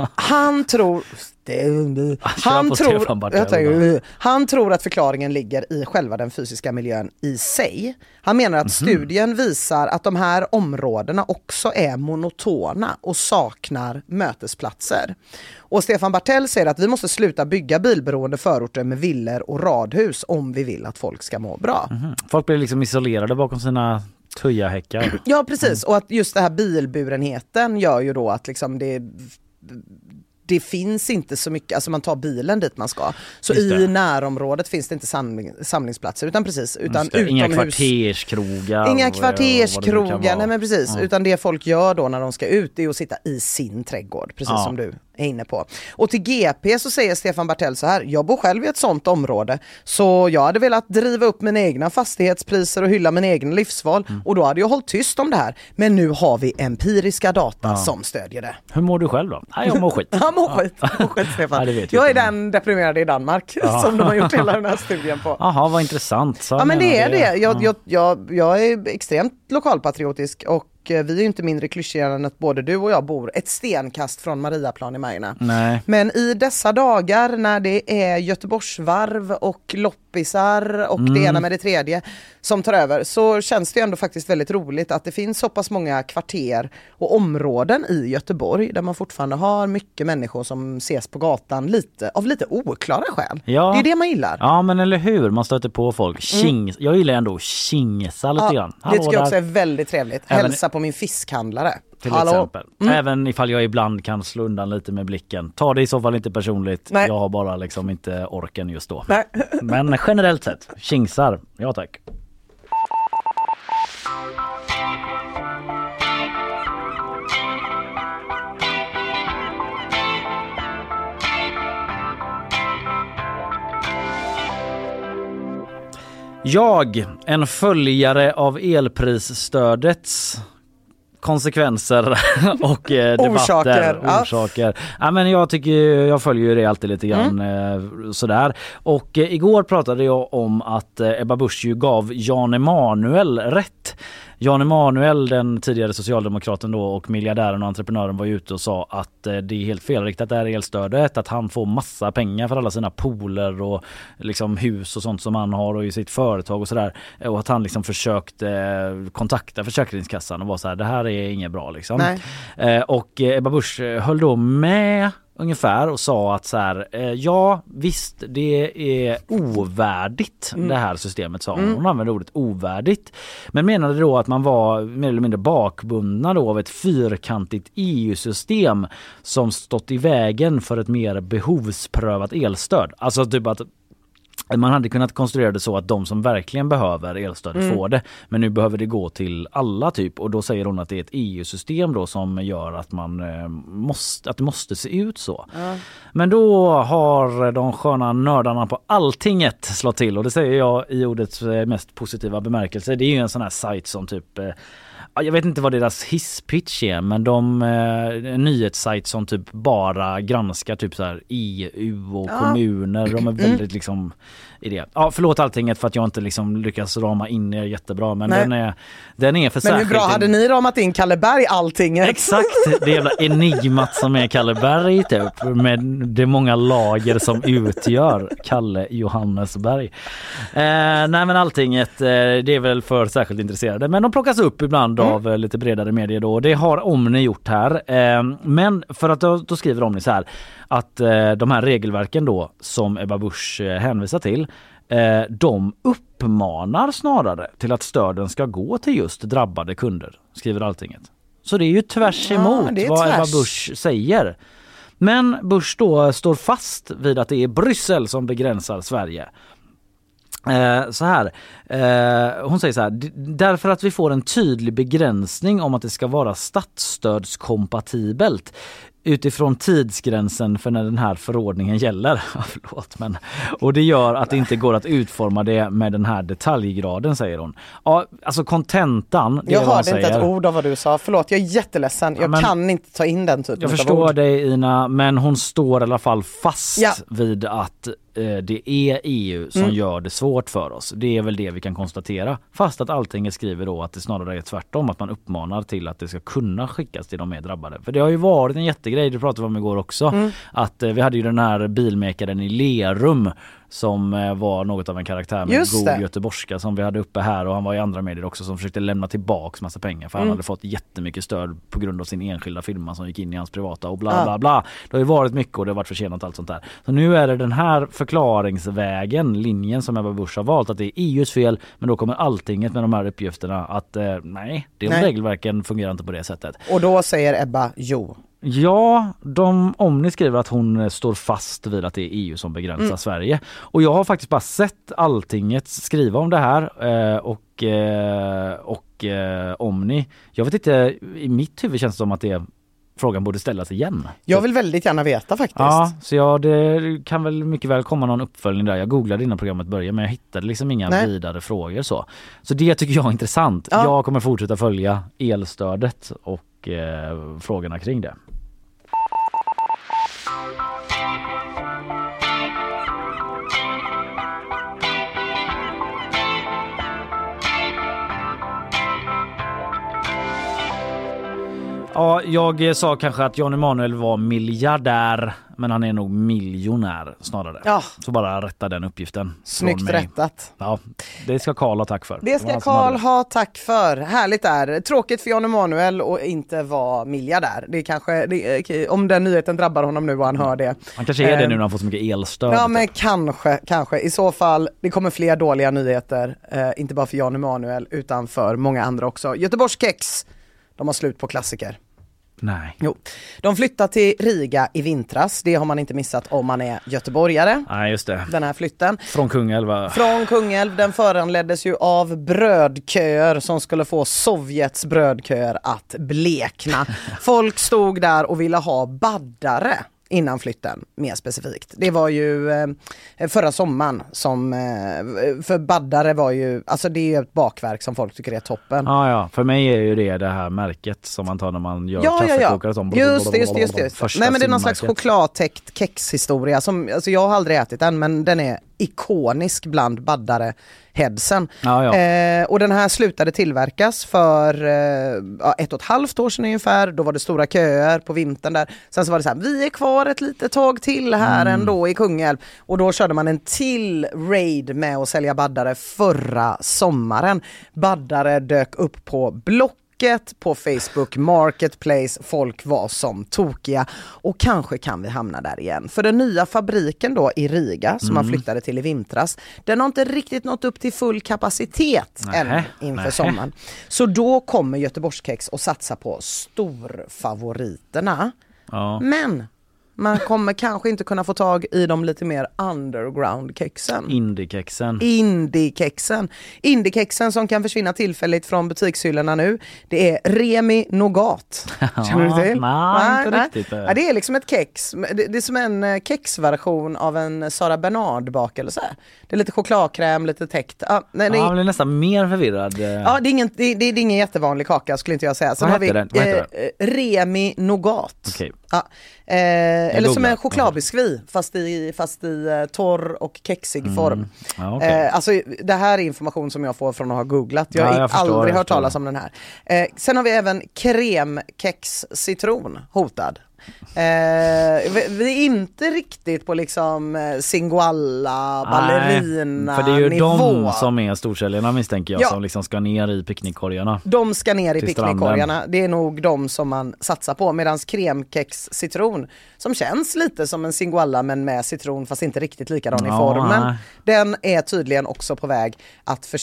Han tror att förklaringen ligger i själva den fysiska miljön i sig. Han menar att studien visar att de här områdena också är monotona och saknar mötesplatser. Och Stefan Bartell säger att vi måste sluta bygga bilberoende förorter med villor och radhus om vi vill att folk ska må bra. Folk blir liksom isolerade bakom sina tujahäckar. Ja, precis. Och att just det här bilburenheten gör ju då att liksom det det finns inte så mycket, alltså man tar bilen dit man ska. Så i närområdet finns det inte samlingsplatser utan utomhus. Inga kvarterskrogar. Nej men precis, utan det folk gör då när de ska ut är att sitta i sin trädgård, precis som du är inne på. Och till GP så säger Stefan Bartell så här: jag bor själv i ett sånt område, så jag hade velat driva upp mina egna fastighetspriser och hylla min egen livsval, och då hade jag hållit tyst om det här. Men nu har vi empiriska data som stödjer det. Hur mår du själv då? Nej, jag mår skit. Jag mår skit, Stefan. Jag är den deprimerade i Danmark som de har gjort hela den här studien på. Jaha, vad intressant. Så men det är det. Jag är extremt lokalpatriotisk och vi är ju inte mindre klyschigare än att både du och jag bor ett stenkast från Mariaplan i Majorna. Nej. Men i dessa dagar när det är Göteborgsvarv och loppisar och det ena med det tredje som tar över, så känns det ändå faktiskt väldigt roligt att det finns så pass många kvarter och områden i Göteborg där man fortfarande har mycket människor som ses på gatan av lite oklara skäl. Ja. Det är det man gillar. Ja, men eller hur? Man stöter på folk. Jag gillar ändå tjingsa lite grann. Det tycker jag också är väldigt trevligt. Hälsa på min fiskhandlare. Till exempel. Även ifall jag ibland kan slå undan lite med blicken. Ta det i så fall inte personligt. Nej. Jag har bara liksom inte orken just då. Nej. Men generellt sett, kingsar. Ja tack. Jag, en följare av elprisstödets konsekvenser och debatter, orsaker. Ja, men jag följer ju det alltid lite grann sådär. Och igår pratade jag om att Ebba Busch ju gav Jan Emanuel rätt. Jan Emanuel, den tidigare socialdemokraten då och miljardären och entreprenören, var ute och sa att det är helt felriktat det här elstödet, att han får massa pengar för alla sina pooler och liksom hus och sånt som han har och i sitt företag och sådär, och att han liksom försökte kontakta Försäkringskassan och var så här: det här är inget bra liksom. Och Ebba Busch höll då med ungefär och sa att så här, ja visst, det är ovärdigt det här systemet, sa hon. Hon använde ordet ovärdigt, men menade då att man var mer eller mindre bakbundna då av ett fyrkantigt EU-system som stått i vägen för ett mer behovsprövat elstöd. Alltså typ att man hade kunnat konstruera det så att de som verkligen behöver elstöd får det, men nu behöver det gå till alla typ, och då säger hon att det är ett EU-system då som gör att att det måste se ut så. Men då har de sköna nördarna på Alltinget slått till, och det säger jag i ordets mest positiva bemärkelse. Det är ju en sån här sajt som typ, jag vet inte vad deras hisspitch är, men en nyhetssajt som typ bara granskar typ så här EU och kommuner. De är väldigt liksom i det. Ja, förlåt Alltinget för att jag inte liksom lyckas rama in er jättebra, men den är för särskilt. Men hur bra hade ni ramat in Kalle Berg Alltinget? Exakt, det jävla enigmat som är Kalle Berg typ, med det många lager som utgör Kalle Johannesberg. Nej, men Alltinget, det är väl för särskilt intresserade, men de plockas upp ibland av lite bredare medier då. Det har Omni gjort här. Men för att då skriver Omni så här att de här regelverken då som Ebba Busch hänvisar till, de uppmanar snarare till att stöden ska gå till just drabbade kunder, skriver Alltinget. Så det är ju tvärs emot vad Ebba Busch säger. Men Busch då står fast vid att det är Bryssel som begränsar Sverige. Så här, hon säger så här: därför att vi får en tydlig begränsning om att det ska vara statsstödskompatibelt utifrån tidsgränsen för när den här förordningen gäller. Och det gör att det inte går att utforma det med den här detaljgraden, säger hon. Ja, alltså kontentan. Jag hörde inte ett ord av vad du sa. Förlåt, jag är jätteledsen. Jag kan inte ta in den typen av ord. Jag förstår dig, Ina, men hon står i alla fall fast vid att det är EU som gör det svårt för oss. Det är väl det vi kan konstatera. Fast att Alltinget skriver då att det snarare är tvärtom, att man uppmanar till att det ska kunna skickas till de mer drabbade. För det har ju varit en jättegrej, det pratade vi om igår också, att vi hade ju den här bilmäkaren i Lerum som var något av en karaktär med god göteborgska som vi hade uppe här, och han var i andra medier också, som försökte lämna tillbaks massa pengar för han hade fått jättemycket stöd på grund av sin enskilda firma som gick in i hans privata och bla bla bla. Det har ju varit mycket och det har varit försenat allt sånt där. Så nu är det den här förklaringsvägen, linjen som Ebba Busch har valt, att det är EUs fel, men då kommer Alltinget med de här uppgifterna att nej, regelverken fungerar inte på det sättet. Och då säger Ebba, jo, Ja, Omni skriver att hon står fast vid att det är EU som begränsar Sverige. Och jag har faktiskt bara sett Alltinget skriva om det här och Omni. Jag vet inte, i mitt huvud känns det som att frågan borde ställas igen. Jag vill väldigt gärna veta faktiskt. Ja, så det kan väl mycket väl komma någon uppföljning där. Jag googlade innan programmet började, men jag hittade liksom inga vidare frågor så. Så det tycker jag är intressant. Ja. Jag kommer fortsätta följa elstödet och frågorna kring det. Ja, jag sa kanske att Jan Emanuel var miljardär, men han är nog miljonär snarare. Ja. Så bara rätta den uppgiften. Snyggt rättat. Ja, det ska Karl ha tack för. Det ska Karl ha tack för. Härligt är. Tråkigt för Jan Emanuel att inte vara miljardär. Det är kanske, om den nyheten drabbar honom nu och han hör det. Han kanske är det nu när han får så mycket elstöd. Ja, men kanske. I så fall, det kommer fler dåliga nyheter. Inte bara för Jan Emanuel utan för många andra också. Göteborgskex. De har slut på klassiker. Nej. Jo. De flyttar till Riga i vintras. Det har man inte missat om man är göteborgare. Nej, just det. Den här flytten. Från Kungälv, va? Från Kungälv. Den föranleddes ju av brödköer som skulle få Sovjets brödköer att blekna. Folk stod där och ville ha baddare innan flytten, mer specifikt. Det var ju förra sommaren som, för baddare var ju, alltså det är ju ett bakverk som folk tycker är toppen. Ja, för mig är ju det här märket som man tar när man gör kaffekokare. Som Just det. Nej, men det är någon slags chokladtäckt kexhistoria som, alltså jag har aldrig ätit den, men den är ikonisk bland baddare headsen. Och den här slutade tillverkas för 1,5 år sedan ungefär. Då var det stora köer på vintern där. Sen så var det så här, vi är kvar ett litet tag till här ändå i Kungälv. Och då körde man en till raid med att sälja baddare förra sommaren. Baddare dök upp på Blocket, på Facebook Marketplace. Folk var som tokiga och kanske kan vi hamna där igen. För den nya fabriken då i Riga som man flyttade till i vintras, den har inte riktigt nått upp till full kapacitet än inför sommaren. Så då kommer Göteborgskex att satsa på storfavoriterna. Ja. Men man kommer kanske inte kunna få tag i de lite mer underground-kexen. Indie-kexen som kan försvinna tillfälligt från butikshyllorna nu. Det är Remi Nougat. Känner du till? Nej, inte riktigt. Ja, det är liksom ett kex. Det är som en kexversion av en Sara Bernard-bakelse. Det är lite chokladkräm, lite täckt. Jag blir nästan mer förvirrad. Ja, det är ingen jättevanlig kaka skulle inte jag säga. Sen har vi Remi Nougat. Okej. Ja. Eller som en chokladbiskvi fast i torr och kexig form. Ja, okay. Alltså det här är information som jag får från att ha googlat. Jag har aldrig hört talas om den här. Sen har vi även kremkex citron hotad. Vi är inte riktigt på liksom Singoalla, ballerina för det är ju nivå. De som är storsäljarna misstänker jag, som liksom ska ner i picknickkorgarna. De ska ner i picknickkorgarna. Det är nog de som man satsar på. Medan kremkex citron, som känns lite som en Singoalla men med citron fast inte riktigt likadan i formen. Den är tydligen också på väg att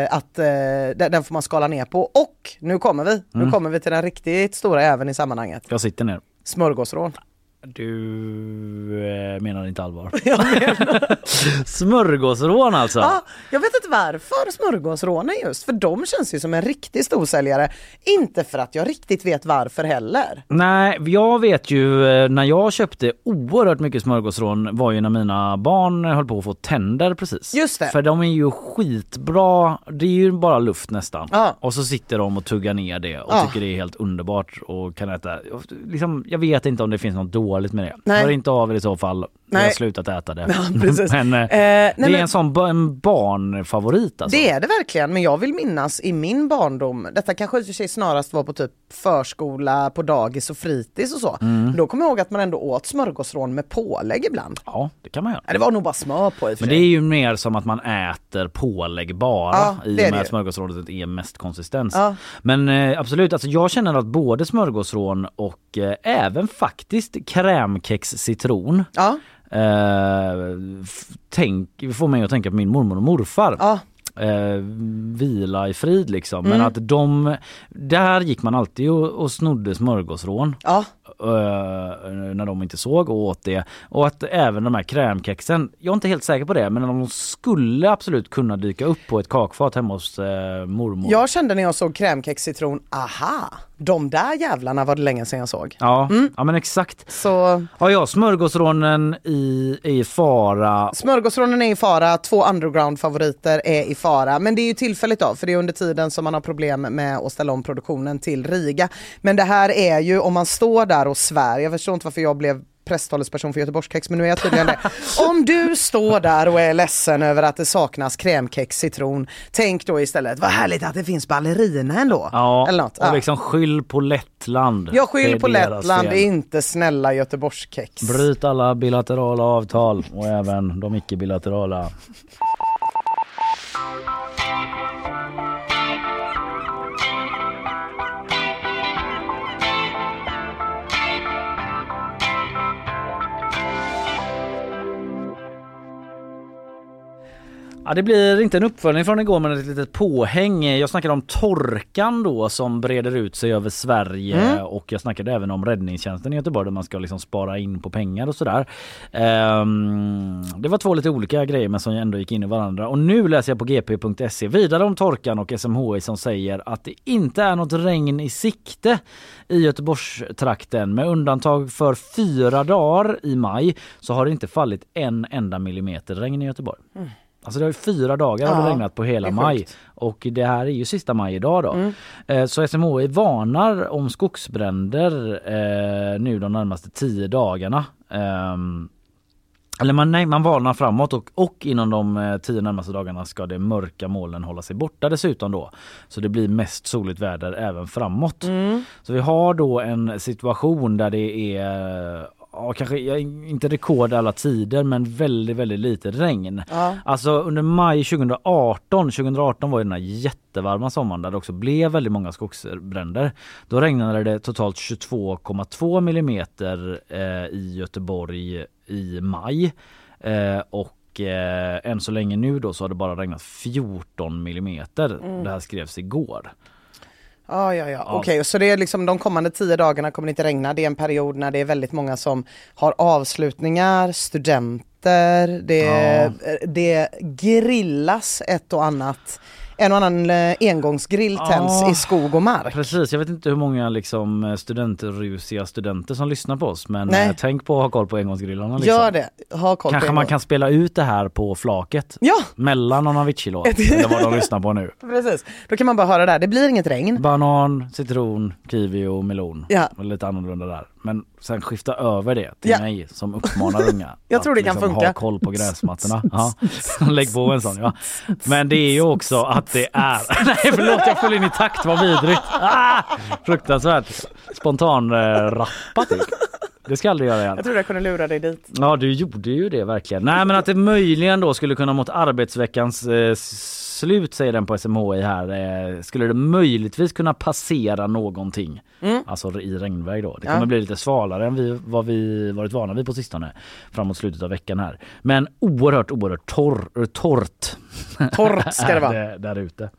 den får man skala ner på. Och nu kommer vi till den riktigt stora även i sammanhanget. Jag sitter ner. Smörgåsrån. Du menar inte allvar. Jag menar. Smörgåsrån alltså. Ja, jag vet inte varför smörgåsrån är just. För de känns ju som en riktig storsäljare. Inte för att jag riktigt vet varför heller. Nej, jag vet ju när jag köpte oerhört mycket smörgåsrån var ju när mina barn höll på att få tänder precis. Just det. För de är ju skitbra. Det är ju bara luft nästan. Ja. Och så sitter de och tuggar ner det och tycker det är helt underbart och kan äta. Liksom, jag vet inte om det finns något dåligt med det. Nej. Hör inte av er i så fall. Jag har slutat äta det. Ja, precis. Men det är en sån barnfavorit alltså. Det är det verkligen, men jag vill minnas i min barndom, detta kanske i och för sig snarast var på typ förskola, på dagis och fritids och så. Då kommer jag ihåg att man ändå åt smörgåsrån med pålägg ibland. Ja, det kan man göra. Det var nog bara smör på i och för sig. Men det är ju mer som att man äter pålägg bara i och med att smörgåsrådet är mest konsistens. Ja. Men absolut, alltså jag känner att både smörgåsrån och även faktiskt krämkex citron får mig att tänka på min mormor och morfar. Vila i frid liksom. Men att där gick man alltid och snodde smörgåsrån. när de inte såg och åt det. Och att även de här krämkexen, jag är inte helt säker på det, men de skulle absolut kunna dyka upp på ett kakfat hemma hos mormor. Jag kände när jag såg krämkex citron, de där jävlarna var det länge sedan jag såg. Ja, ja men exakt. Så... Ja, smörgåsrånen i fara. Smörgåsrånen är i fara, 2 underground-favoriter är i fara. Men det är ju tillfälligt då, för det är under tiden som man har problem med att ställa om produktionen till Riga. Men det här är ju, om man står där och svär, jag förstår inte varför jag blev presstalesperson för Göteborgskex, men nu är jag tydligen det. Om du står där och är ledsen över att det saknas krämkex citron, tänk då istället, vad härligt att det finns ballerina ändå. Ja, eller något. Och liksom skyll på Lettland. Jag skyll på Lettland, det är inte snälla Göteborgskex. Bryt alla bilaterala avtal och även de icke-bilaterala. Ja, det blir inte en uppföljning från igår, men ett litet påhäng. Jag snackade om torkan då som breder ut sig över Sverige och jag snackade även om räddningstjänsten i Göteborg där man ska liksom spara in på pengar och sådär. Det var 2 lite olika grejer men som ändå gick in i varandra. Och nu läser jag på gp.se vidare om torkan och SMHI som säger att det inte är något regn i sikte i Göteborgstrakten. Med undantag för 4 dagar i maj så har det inte fallit en enda millimeter regn i Göteborg. Alltså det har ju 4 dagar har det regnat på hela maj och det här är ju sista maj idag då. Så SMHI varnar om skogsbränder nu de närmaste 10 dagarna. Eller man varnar framåt och inom de 10 närmaste dagarna ska det mörka molnen hålla sig borta dessutom då. Så det blir mest soligt väder även framåt. Så vi har då en situation där det är kanske inte rekord alla tider men väldigt, väldigt lite regn. Alltså under maj 2018 var ju den här jättevarma sommaren där det också blev väldigt många skogsbränder. Då regnade det totalt 22,2 millimeter i Göteborg i maj och än så länge nu då så har det bara regnat 14 millimeter. Det här skrevs igår. Ja. Okej, så det är liksom de kommande 10 dagarna kommer det inte regna. Det är en period när det är väldigt många som har avslutningar, studenter, det grillas ett och annat. En och annan engångsgrill tänds i skog och mark. Precis, jag vet inte hur många liksom studentrusiga studenter som lyssnar på oss. Men tänk på att ha koll på engångsgrillarna. Liksom. Gör det, ha koll kanske på man kan spela ut det här på flaket. Mellan någon Avicii-låt. Eller vad de lyssnar på nu. Precis, då kan man bara höra där. Det blir inget regn. Banan, citron, kiwi och melon. Och lite annorlunda där. Men sen skifta över det till mig som uppmanar unga. Jag tror det kan liksom funka. Ha koll på gräsmattorna. Lägg på en sån, Men det är ju också att det är... Nej, förlåt, jag föll in i takt. Vad vidrigt. Fruktansvärt. Spontan rappa typ. Det ska jag aldrig göra igen. Jag tror jag kunde lura dig dit. Ja, du gjorde ju det verkligen. Nej, men att det möjligen då skulle kunna mot arbetsveckans slut, säger den på SMHI här, skulle det möjligtvis kunna passera någonting. Alltså i regnväg då. Det kommer bli lite svalare än vad vi varit vana vid på sistone framåt slutet av veckan här. Men oerhört torrt. Torrt ska det vara. Där ute.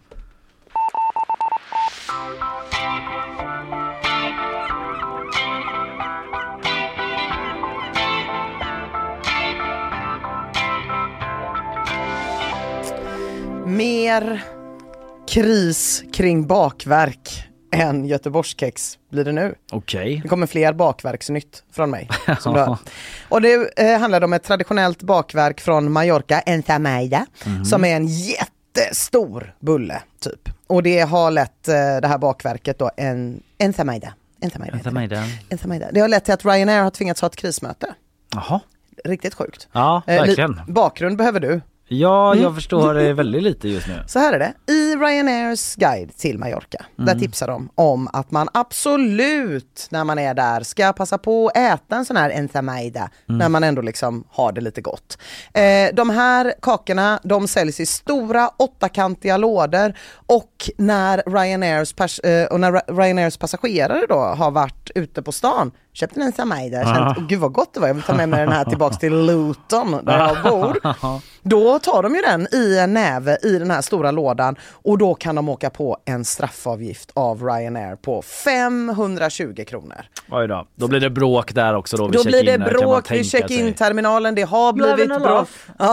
Mer kris kring bakverk än Göteborgskex blir det nu. Okej. Det kommer fler bakverksnytt från mig. Som du hör. Och det handlar om ett traditionellt bakverk från Mallorca, ensamaida, som är en jättestor bulle typ. Och det har lett det här bakverket då ensamaida. Det har lett till att Ryanair har tvingats ha ett krismöte. Jaha. Riktigt sjukt. Ja, verkligen. Bakgrund behöver du. Ja, jag förstår det väldigt lite just nu. Så här är det. I Ryanairs guide till Mallorca, där tipsar de om att man absolut när man är där ska passa på att äta en sån här ensamaida när man ändå liksom har det lite gott. De här kakorna, de säljs i stora 8-kantiga lådor och när Ryanairs passagerare då har varit ute på stan köpte en Samaida. Känt, gud vad gott det var, jag vill ta med mig den här tillbaka till Luton där jag bor. Då tar de ju den i en näve i den här stora lådan och då kan de åka på en straffavgift av Ryanair på 520 kronor. Oj då blir det bråk där också då. Då blir det bråk vid check-in-terminalen. Det har blivit bråk.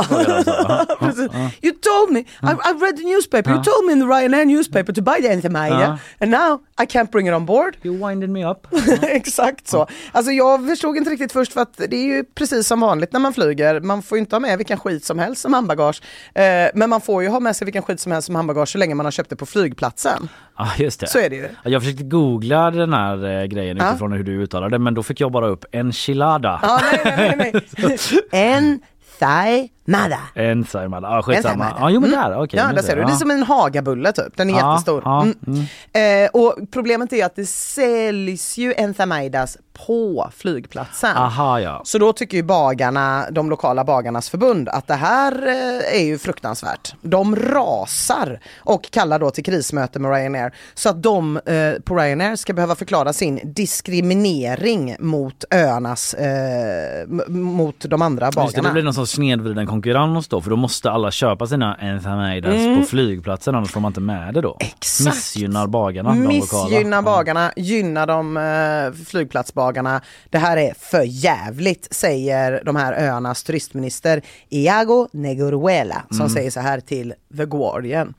You told me, I read the newspaper, you told me in the Ryanair newspaper to buy the Enthamaida and now I can't bring it on board. You winded me up. Exakt så. Alltså jag förstod inte riktigt först för att det är ju precis som vanligt när man flyger. Man får ju inte ha med vilken skit som helst som handbagage. Men man får ju ha med sig vilken skit som helst som handbagage så länge man har köpt det på flygplatsen. Ja, just det. Så är det ju. Jag försökte googla den här grejen utifrån hur du uttalar det, men då fick jag bara upp enchilada. Ja, nej. Ensaimada. Ensaimada. Ja, skitsamma. Ja, jo men där. Okej. Ja, där ser du. Det är som en hagabulle typ. Den är jättestor. Och problemet är att det säljs ju ensaimadas på flygplatsen. Aha, ja. Så då tycker ju de lokala bagarnas förbund att det här är ju fruktansvärt. De rasar och kallar då till krismöte med Ryanair så att de på Ryanair ska behöva förklara sin diskriminering mot öarnas mot de andra bagarna. Det blir någon sorts snedvriden konkurrens då, för då måste alla köpa sina ensaimadas på flygplatsen, annars får man inte med det då. Exakt. Missgynnar bagarna, Missgynnar bagarna, gynnar de flygplatsbagarna. Det här är för jävligt, säger de här öarnas turistminister Iago Neguruela som säger så här till The Guardian.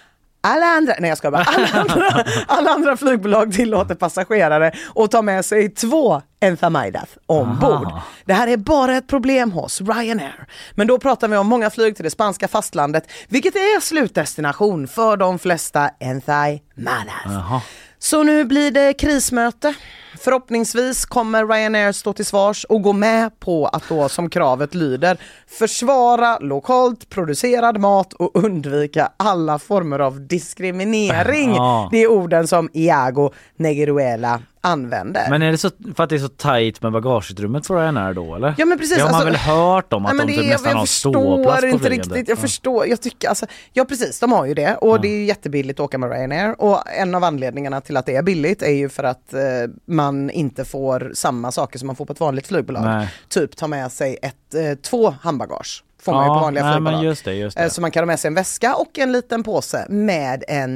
Alla andra flygbolag tillåter passagerare att ta med sig 2 Enthamidas ombord. Det här är bara ett problem hos Ryanair. Men då pratar vi om många flyg till det spanska fastlandet, vilket är slutdestination för de flesta Enthamidas. Så nu blir det krismöte. Förhoppningsvis kommer Ryanair stå till svars och gå med på att då, som kravet lyder, försvara lokalt producerad mat och undvika alla former av diskriminering. Det är orden som Iago Neguruela använder. Men är det så för att det är så tajt med bagageutrymmet för Ryanair då, eller? Ja, men precis. Det har man väl hört om att de typ nästan har ståplats på flyget. Jag förstår, jag tycker alltså, ja precis, de har ju det och det är ju jättebilligt att åka med Ryanair och en av anledningarna till att det är billigt är ju för att man inte får samma saker som man får på ett vanligt flygbolag. Nej. Typ ta med sig 2 handbagage. Får man ju på vanliga flygbolag. Men just det. Så man kan ha med sig en väska och en liten påse med en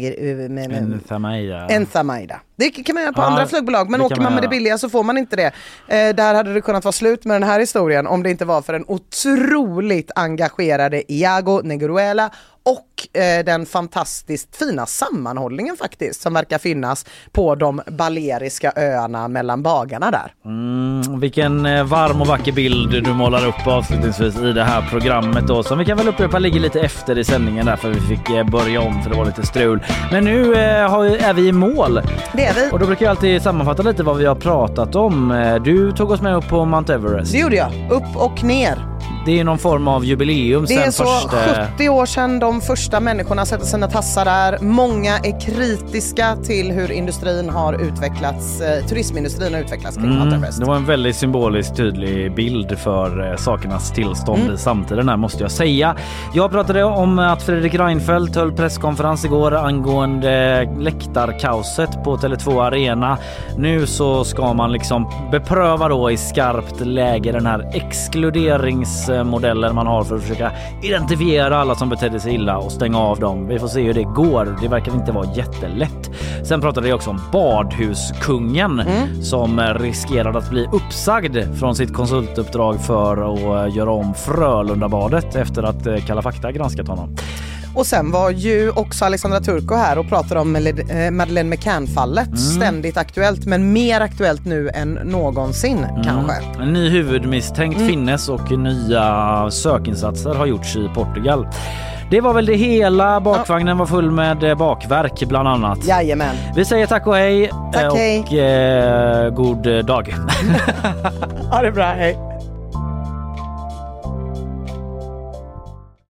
Enthamaida. Det kan man göra på andra flygbolag, men åker man med det billiga så får man inte det. Där hade det kunnat vara slut med den här historien om det inte var för den otroligt engagerade Iago Neguruela och den fantastiskt fina sammanhållningen faktiskt som verkar finnas på de Baleariska öarna mellan bagarna där. Vilken varm och vacker bild du målar upp avslutningsvis i det här programmet då, som vi kan väl upprepa ligger lite efter i sändningen där för vi fick börja om för det var lite strul. Men nu är vi i mål. Det är vi. Och då brukar jag alltid sammanfatta lite vad vi har pratat om. Du tog oss med upp på Mount Everest. Det gjorde jag. Upp och ner. Det är någon form av jubileum. Det är så 70 år sedan de första människorna sätter sina tassar där. Många är kritiska till hur industrin har utvecklats, turismindustrin har utvecklats kring Mount Everest. Det var en väldigt symbolisk tydlig bild för sakernas tillstånd i samtiden här, måste jag säga. Jag pratade om att Fredrik Reinfeldt höll presskonferens igår angående läktarkaoset på Tele2 Arena. Nu så ska man liksom bepröva då i skarpt läge den här exkluderingsmodellen man har för att försöka identifiera alla som betedde sig illa och stänga av dem. Vi får se hur det går. Det verkar inte vara jättelätt. Sen pratade jag också om badhuskungen som riskerade att bli uppsagd från sitt konsultuppdrag för att göra om Frölundabadet efter att Kalla fakta granskat honom. Och sen var ju också Alexandra Turco här och pratade om Madeleine McCann-fallet. Ständigt aktuellt, men mer aktuellt nu än någonsin kanske. En ny huvudmisstänkt finnes och nya sökinsatser har gjorts i Portugal. Det var väl det hela. Bakvagnen var full med bakverk bland annat. Jajamän. Vi säger tack och hej. Tack, och hej. God dag. Ha det bra, hej.